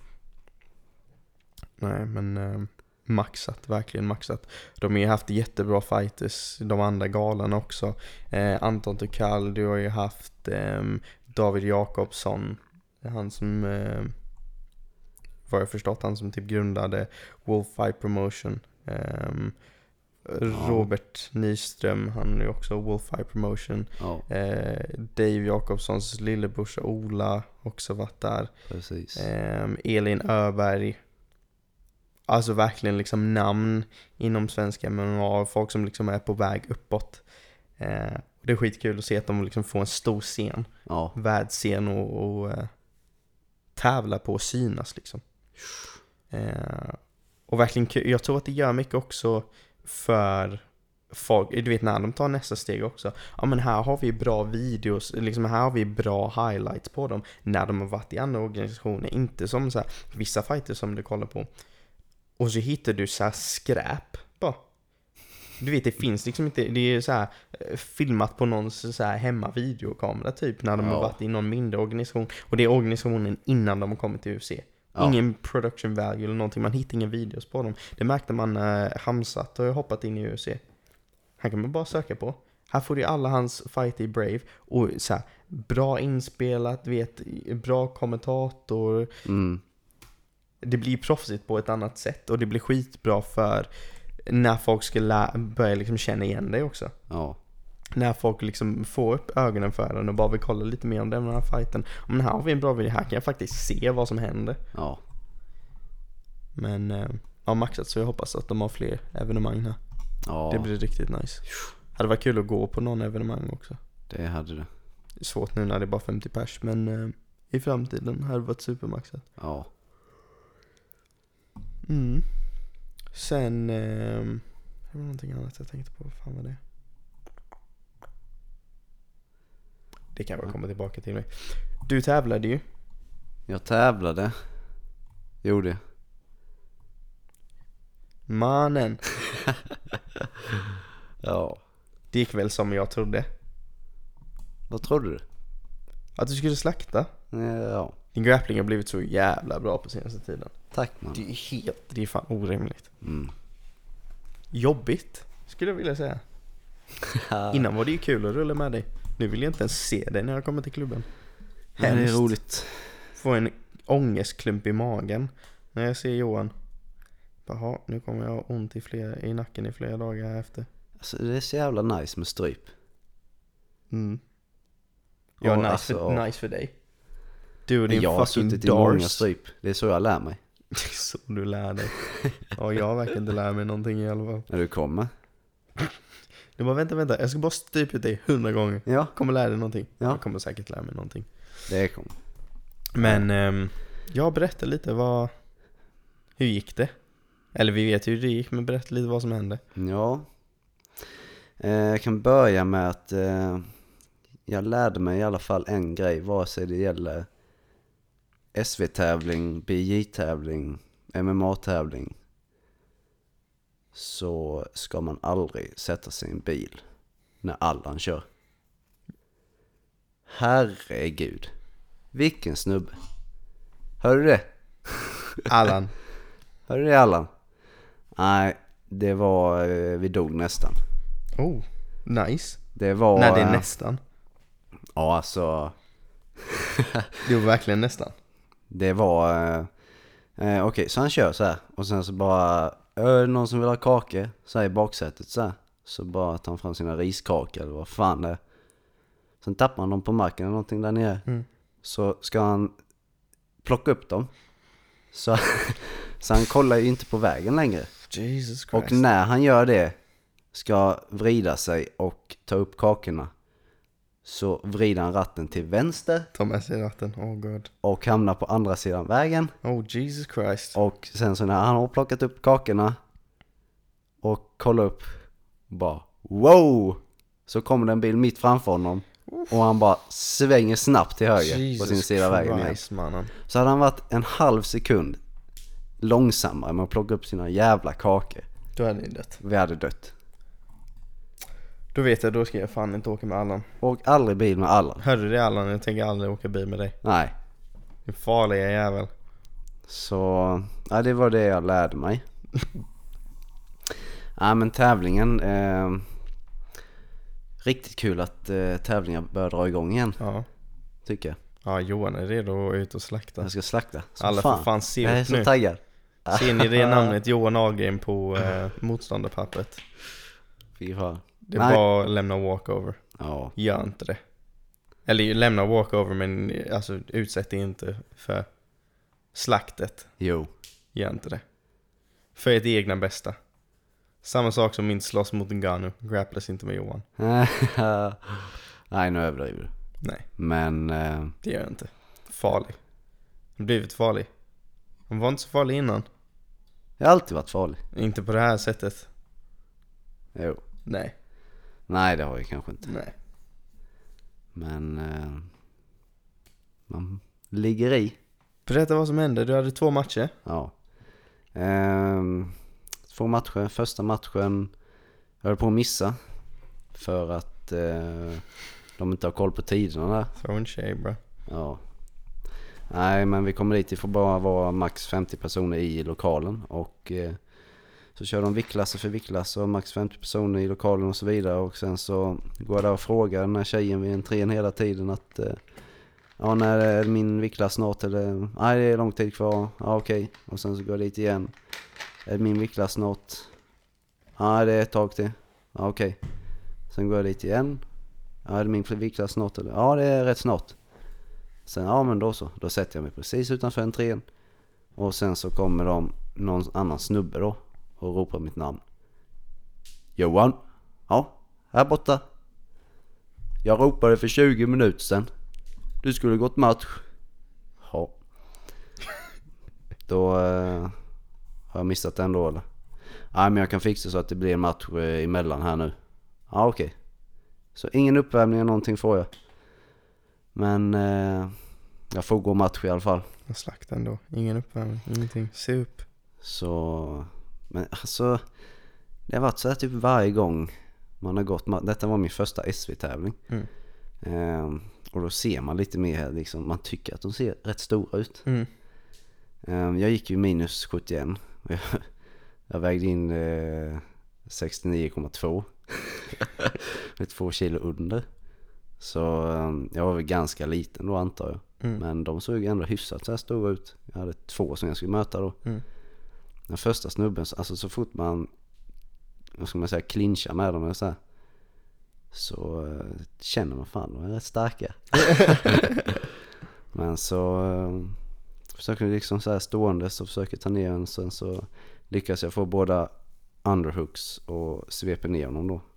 Nej, men maxat, verkligen maxat. De har ju haft jättebra fighters, de andra galarna också. Anton Tukal, du har ju haft David Jakobsson, han som vad jag förstått, han som typ grundade Wolf Fight Promotion. Robert Nyström, han är ju också Wolf Fight Promotion. Dave Jakobssons lillebrorsa Ola också varit där. Precis. Elin Öberg. Alltså verkligen liksom namn inom svenska MMA, folk som liksom är på väg uppåt. Det är skitkul att se att de liksom får en stor scen. Världsscen och tävla på och synas liksom. Och verkligen kul. Jag tror att det gör mycket också för folk, du vet när de tar nästa steg också. Ja, men här har vi bra videos, liksom här har vi bra highlights på dem när de har varit i andra organisationer, inte som så här, vissa fighters som du kollar på och så hittar du så här skräp bara. Du vet, det finns liksom inte, det är så här filmat på någons så här hemma videokamera typ när de har varit i någon mindre organisation, och det är organisationen innan de har kommit till UFC. Ingen production value eller någonting, man hittar inga videos på dem. Det märkte man när Hamzat har hoppat in i UFC. Han kan man bara söka på. Här får du alla hans fight i Brave och så här, bra inspelat, vet, bra kommentator. Det blir proffsigt på ett annat sätt och det blir skitbra för när folk ska börja liksom känna igen dig också. När folk liksom får upp ögonen för den och bara vill kolla lite mer om den här fighten. Men här har vi en bra video, här kan jag faktiskt se vad som händer. Men maxat, så jag hoppas att de har fler evenemang här. Det blir riktigt nice. Hade varit kul att gå på någon evenemang också. Det hade det. Det är svårt nu när det är bara 50 pers, men i framtiden hade det varit supermaxat. Sen det var någonting annat jag tänkte på. Vad fan var det? Det kan jag komma tillbaka till mig. Du tävlade ju. Jag tävlade. Gjorde. Mannen. Det gick väl som jag trodde. Vad trodde du? Att du skulle slakta. Ja. Din grappling har blivit så jävla bra på senaste tiden. Tack man. Det är fan orimligt. Jobbigt, skulle jag vilja säga. Innan var det ju kul att rulla med dig. Nu vill jag inte ens se dig när jag kommer till klubben. Det är roligt. Få en ångestklump i magen när jag ser Johan. Jaha, nu kommer jag ha ont i nacken i flera dagar här efter. Alltså det är så jävla nice med stryp. Ja, nice för dig. Du och din jag har fucking suttit i många stryp. Det är så jag lär mig. Så du lär dig. Ja, jag verkar inte lära mig någonting i alla fall. När du kommer. Du bara vänta. Jag ska bara strypa ut dig 100 gånger. Ja. Kommer lära dig någonting. Ja. Jag kommer säkert lära mig någonting. Det kommer. Men jag berättar lite hur gick det? Eller vi vet hur det gick, men berätta lite vad som hände. Ja. Jag kan börja med att jag lärde mig i alla fall en grej, vare sig det gäller SV-tävling, BJ-tävling, MMA-tävling, så ska man aldrig sätta sig i en bil när Allan kör. Herregud, vilken snubbe. Hör du det? Allan. Hör du det, Allan? Nej, det var, vi dog nästan. Oh, nice. Det var... Nej, det är nästan. Ja, alltså... Det var verkligen nästan. Det var... Okej, så han kör så här. Och sen så bara... någon som vill ha kakor? Så här i baksätet så här. Så bara tar han fram sina riskakor eller vad fan det är. Sen tappar han dem på marken eller någonting där nere. Så ska han plocka upp dem. Så han kollar ju inte på vägen längre. Jesus Christ. Och när han gör det, ska vrida sig och ta upp kakorna, så vrider han ratten till vänster. Ta med sig ratten, oh god. Och hamnar på andra sidan vägen. Oh Jesus Christ. Och sen så när han har plockat upp kakorna och kollar upp, bara wow, så kommer det en bil mitt framför honom. Och han bara svänger snabbt till höger Jesus på sin sida vägen igen. Mannen. Så hade han varit en halv sekund långsammare med att plocka upp sina jävla kakor, Då hade ni dött. vi hade dött. Då vet jag, då ska jag fan inte åka med Allan. Och aldrig bil med Allan. Hörde du det, Allan? Jag tänker aldrig åka bil med dig. Nej. Du farliga jävel. Så, ja, det var det jag lärde mig. Ja, men tävlingen, riktigt kul att tävlingar börjar dra igång igen. Ja. Tycker jag. Ja, Johan är redo att ut och slakta. Jag ska slakta. Alla får fan se jag är upp så nu. taggad. Ser ni det namnet, Johan Ahlgren, på motståndarpappret? Fy fan. Det är bara att lämna walkover. Ja. Gör inte det. Eller lämna walkover, men alltså utsätt inte för slaktet. Jo. Gör inte det. För ert egna bästa. Samma sak som min slåss mot Ngannou. Grapplas inte med Johan. Nej, nu överdriver du. Nej, Men det gör jag inte. Farlig. Han har blivit farlig. Han var inte så farlig innan. jag har alltid varit farlig. Inte på det här sättet. Jo. Nej. Nej, det har jag kanske inte. Nej. Men man ligger i. Berätta vad som hände. Du hade 2 matcher. Ja. 2 matcher. Första matchen jag höll på att missa. För att de inte har koll på tiderna där. Throw shade, bro. Ja. Nej, men vi kommer dit. Vi får bara vara max 50 personer i lokalen. Och så kör de viktklass för viktklass och max 50 personer i lokalen och så vidare. Och sen så går jag där och frågar den här tjejen vid entrén hela tiden att ja, när är min viktklass snart? Eller nej, det är lång tid kvar. Ja, okej. Och sen så går jag dit igen. Är min viktklass snart? Ja, det är ett tag till. Ja, okej. Sen går jag dit igen. Ja, är det min viktklass snart? Eller? Ja, det är rätt snart. Sen, ja men då så. Då sätter jag mig precis utanför entrén. Och sen så kommer någon annan snubbe då och ropar mitt namn. Johan? Ja, här borta. Jag ropade för 20 minuter sedan. Du skulle gått match. Ja. Då har jag missat den då eller? Nej, men jag kan fixa så att det blir en match emellan här nu. Ja, okej. Så ingen uppvärmning eller någonting får jag. Men jag får gå match i alla fall. Jag slaktar ändå. Ingen uppvärmning, ingenting. Se upp. Så, men alltså, det har varit så här typ varje gång man har gått. Detta var min första SV-tävling. Och då ser man lite mer liksom, man tycker att de ser rätt stora ut. Jag gick ju minus 71. Jag vägde in 69,2. 2 kilo under. Så jag var väl ganska liten då, antar jag. Men de såg ändå hyfsat så här stora ut. Jag hade 2 som jag skulle möta då. Den första snubben, alltså så fort man, vad ska man säga, clinchar med dem eller så känner man fan, de är rätt starka. Men så försöker vi liksom så här stående, så försöker ta ner en, sen så lyckas jag få båda underhooks och sveper ner honom då.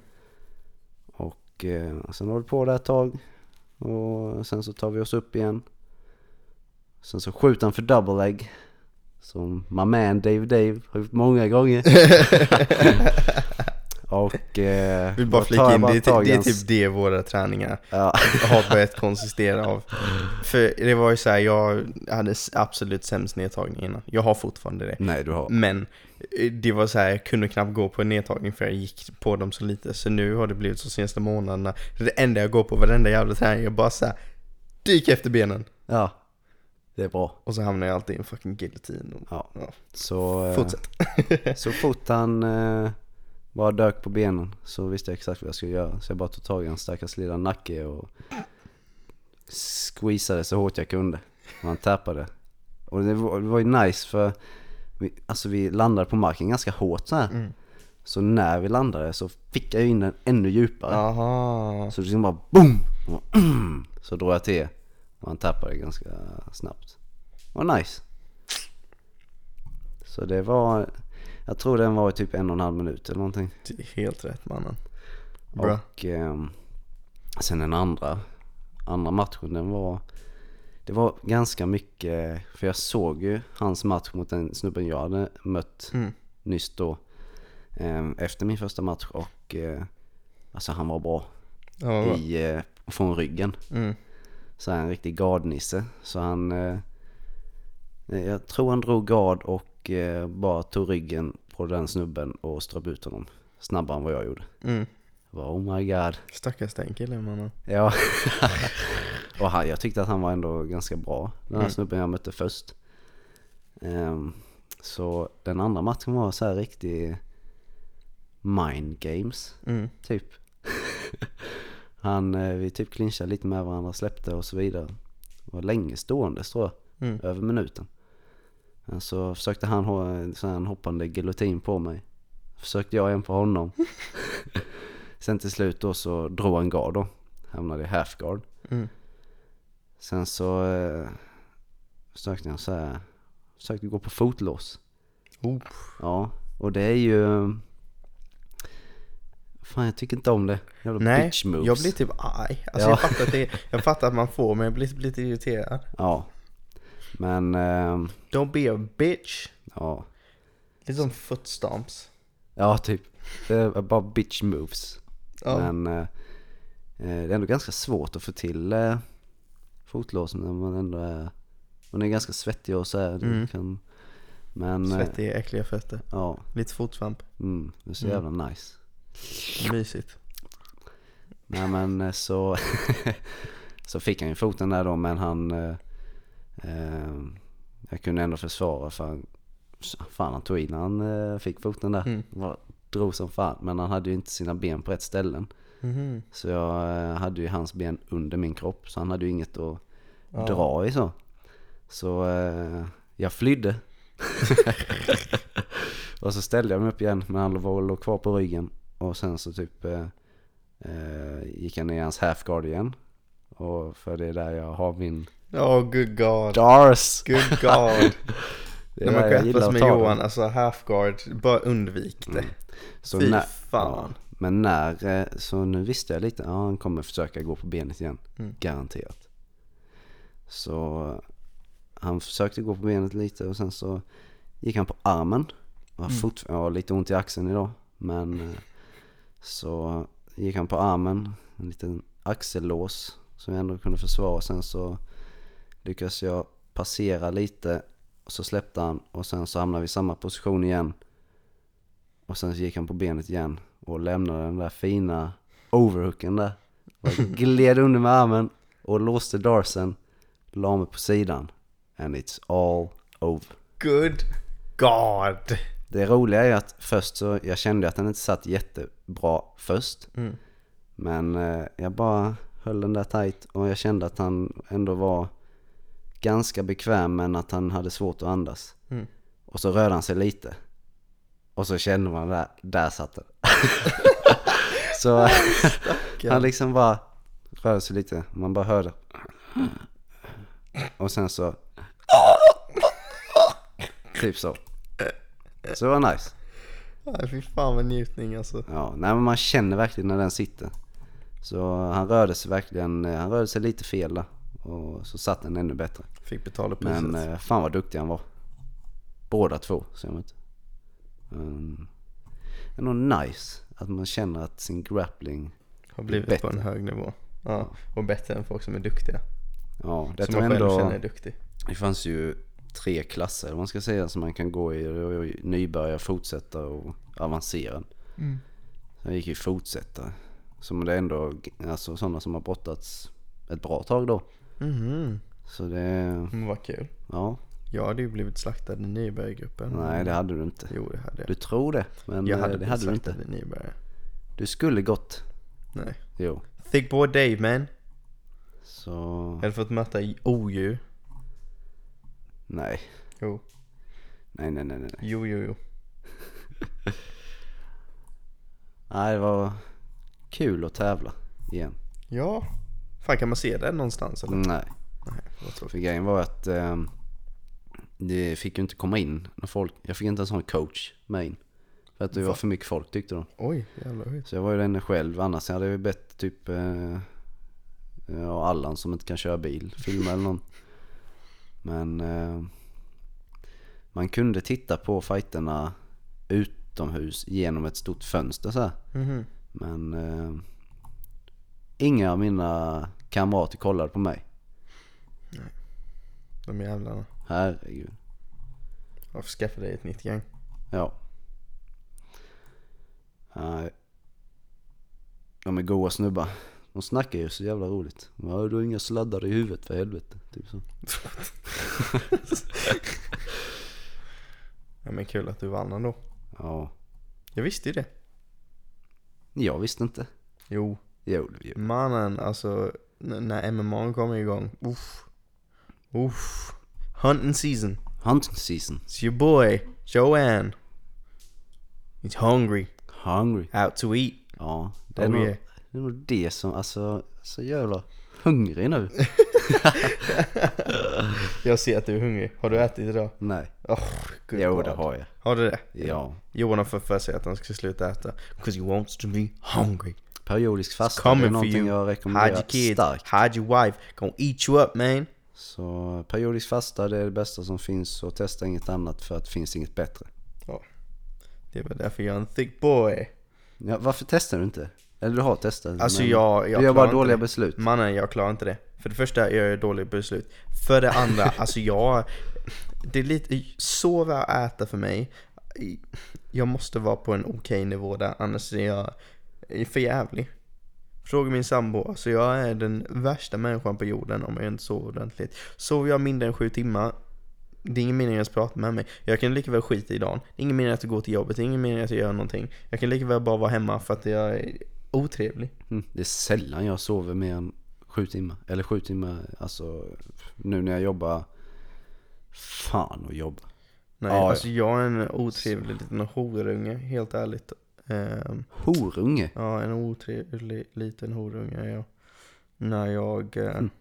Och sen håller vi på där ett tag. Och sen så tar vi oss upp igen. Sen så skjuter han för double leg, som my man Dave har gjort många gånger. Och vill bara flika in, det är typ det våra träningar har börjat konsistera av. För det var ju så här, jag hade absolut sämst nedtagning innan. Jag har fortfarande det. Nej, du har. Men det var så här, jag kunde knappt gå på en nedtagning för jag gick på dem så lite. Så nu har det blivit så senaste månaderna. Det enda jag går på varenda jävla träning är bara så här, dyk efter benen. Ja, det är bra. Och så hamnar jag alltid i en fucking guillotine. Ja. Så fortsätt. Så fort han bara dök på benen så visste jag exakt vad jag skulle göra. Så jag bara tog tag i en stackars lilla nacke och squeezade så hårt jag kunde. Och han tappade. Och det var ju nice för vi landade på marken ganska hårt så här. Så när vi landade så fick jag in den ännu djupare. Aha. Så det liksom bara boom! Så drog jag till och han tappade ganska snabbt. Det var nice. Så det var, jag tror den var typ 1,5 minut eller någonting. Det är helt rätt, mannen. Bra. Och sen den andra matchen, det var ganska mycket, för jag såg ju hans match mot den snubben jag hade mött nyss då, efter min första match, och alltså han var bra från ryggen. Så en riktig gardnisse. Så han jag tror han drog gard och bara tog ryggen på den snubben och ströp ut honom snabbare än vad jag gjorde. Oh my god. Stackars den killen, mannen. Ja. Och jag tyckte att han var ändå ganska bra, den här snubben jag mötte först. Så den andra matchen var så här riktig mind games typ. Vi typ clinchade lite med varandra, släppte och så vidare. Det var länge stående, tror jag. Över minuten. Men så försökte han ha en hoppande giljotin på mig. Försökte jag en på honom. Sen till slut då så drog han guard då. Hamnade i half guard. Sen så försökte jag försökte gå på fotlås. Ja, och det är ju... Fan, jag tycker inte om det. Nej, bitch moves. Jag blir typ arg. Alltså jag fattar att man får, men jag blir lite irriterad. Ja. Men don't be a bitch. Ja. Lite som foot stomps. Ja, typ. Det är bara bitch moves. Ja. Men det är ändå ganska svårt att få till fotlås när man ändå är ganska svettig och så här. Men svettig, äckliga fötter. Ja. Lite fotsvamp. Det är så jävla nice. Mysigt. Nej, men så fick han ju foten där då, men jag kunde ändå försvara, fan han tog in, han fick foten där. Drog som fan, men han hade ju inte sina ben på rätt ställen. Så jag hade ju hans ben under min kropp, så han hade ju inget att dra i så jag flydde. Och så ställde jag mig upp igen, men han låg kvar på ryggen. Och sen så typ gick han ner i hans half guard igen. Och för det är där jag har min good god. Dars. Good god. När man skäppas med Johan, alltså half guard, bara undvik det. Så fy fan. Men så nu visste jag lite, han kommer försöka gå på benet igen. Garanterat. Så han försökte gå på benet lite, och sen så gick han på armen. Jag har lite ont i axeln idag, men så gick han på armen, en liten axellås som jag ändå kunde försvara. Sen så lyckades jag passera lite, och så släppte han, och sen så hamnade vi i samma position igen. Och sen så gick han på benet igen och lämnade den där fina overhooken där. Och gled under med armen och låste darsen, la mig på sidan. And it's all over. Good God. Det roliga är att först så jag kände att den inte satt jättebra först. Men jag bara höll den där tight, och jag kände att han ändå var ganska bekväm, men att han hade svårt att andas. Och så rörde han sig lite. Och så kände man där satt den. Så han liksom bara rörde sig lite. Man bara hörde. Och sen så typ så. Så det var nice. Ja, fy fan vad njutning alltså. Ja, nej, men man känner verkligen när den sitter. Så han rörde sig lite fel där. Och så satt den ännu bättre. Fick betala priset. Men fan vad duktig han var. Båda två, ser man inte. Ändå nice. att man känner att sin grappling har blivit på en hög nivå. Ja, och bättre än folk som är duktiga. Ja, det som man själv känner är duktig. Det fanns ju 3 klasser, om man ska säga, som man kan gå i och nybörja, fortsätta och avancera. Jag gick ju fortsätta. Som det är ändå, alltså sådana som har brottats ett bra tag då. Så det var kul. Ja. Jag hade ju blivit slaktad i nybörjargruppen. Nej, det hade du inte. Jo, det hade jag. Du tror det, men jag hade det hade du inte. I nybörjare. Du skulle gått. Nej. Jo. Thick boy Dave, man. Så... Jag hade fått möta odjur. Nej. Jo. Nej. Jo. Nej, det var kul att tävla igen. Ja. Fan, kan man se det någonstans eller? Nej. För grejen var att det fick ju inte komma in när folk. Jag fick inte en sån coach med in. För att det var för mycket folk, tyckte de. Oj, jävlar. Så jag var ju den själv. Annars hade jag bett typ Allan som inte kan köra bil filma eller någon. Men man kunde titta på fighterna utomhus genom ett stort fönster så här. Men inga av mina kamrater kollade på mig. Nej. De jävlarna. Herregud. Varför skaffa dig ett nytt gäng? Ja. Nej. De är goa snubbar. De snackar ju så jävla roligt. Ja, du har inga sladdar i huvudet för helvete. Typ så. Ja, men kul att du vann ändå. Ja. Jag visste ju det. Jag visste inte. Jo. Mannen, alltså när MMA kommer igång. Uff. Hunting season. It's your boy Joanne. He's hungry. Out to eat. Ja, det är nog det som, alltså, så jävla hungrig nu. Jag ser att du är hungrig. Har du ätit idag? Nej. Jo, det har jag. Har du det? Ja. Johan har för sig att han ska sluta äta. Because he wants to be hungry. Periodisk fasta är någonting jag rekommenderar starkt. Hide your wife. Gonna eat you up, man. Så periodisk fasta, det är det bästa som finns. Och testa inget annat, för att det finns inget bättre. Ja. Det var därför jag är en thick boy. Ja, varför testar du inte? Eller du har testat? Alltså jag du gör bara dåliga beslut. Mannen, jag klarar inte det. För det första, jag gör dåliga beslut. För det andra, alltså det är lite sova och äta för mig. Jag måste vara på en okej nivå där, annars är jag för jävlig. Fråga min sambo, alltså jag är den värsta människan på jorden om jag inte sover ordentligt. Sover jag mindre än 7 timmar, det är ingen mening att prata med mig. Jag kan lika väl skita i dagen. Det är ingen mening att gå till jobbet, det är ingen mening att jag gör någonting. Jag kan lika väl bara vara hemma för att jag är otrevlig. Det är sällan jag sover mer än 7 timmar. Eller 7 timmar, alltså nu när jag jobbar. Fan och jobb. Nej, alltså jag är en otrevlig liten horunge, helt ärligt. Horunge? Ja, en otrevlig liten horunge är jag. När jag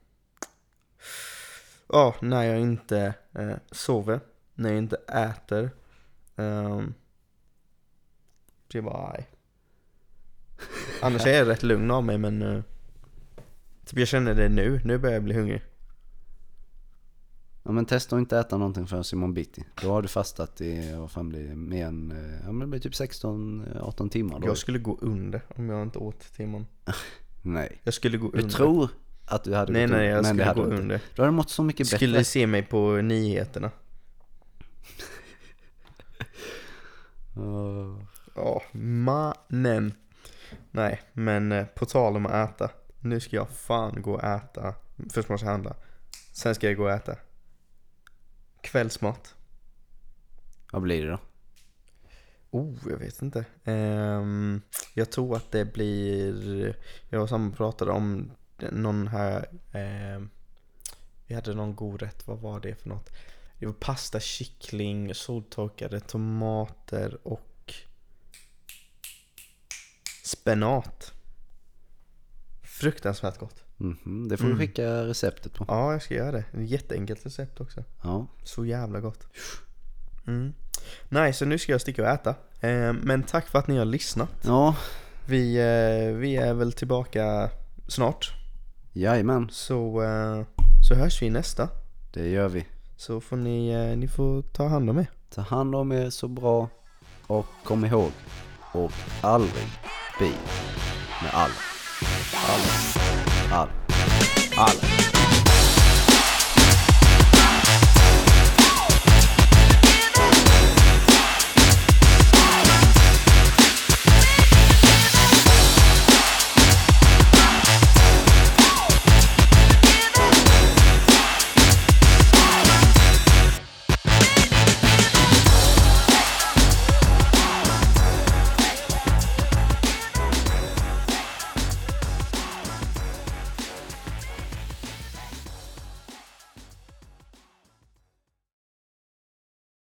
när jag inte sover, när jag inte äter. Det är bara annars är jag rätt lugn av mig, men typ jag känner det nu börjar jag bli hungrig. Ja, men testa att inte äta någonting förrän imorgon bitti. Då har du fastat i, vad fan blir det, mer än, men det blir typ 16-18 timmar då. Jag skulle gå under om jag inte åt till imorgon. Nej. Jag skulle gå under. Du tror att du hade Nej, jag skulle gå under. Du hade mått så mycket bättre. Skulle se mig på nyheterna. Mannen. Nej, men på tal om att äta. Nu ska jag fan gå och äta. Först måste jag handla. Sen ska jag gå och äta kvällsmat. Vad blir det då? Jag vet inte. Jag tror att det blir... Jag och samma pratade om någon här... Vi hade någon god rätt. Vad var det för något? Det var pasta, kyckling, soltorkade tomater och spenat. Fruktansvärt gott. Det får du skicka receptet på. Ja, jag ska göra det. Det är ett jätteenkelt recept också. Ja. Så jävla gott. Nej, så nu ska jag sticka och äta. Men tack för att ni har lyssnat. Ja. Vi är väl tillbaka snart. Jajamän. Så hörs vi nästa. Det gör vi. Så får ni får ta hand om er. Ta hand om er så bra. Och kom ihåg, och aldrig bil med all.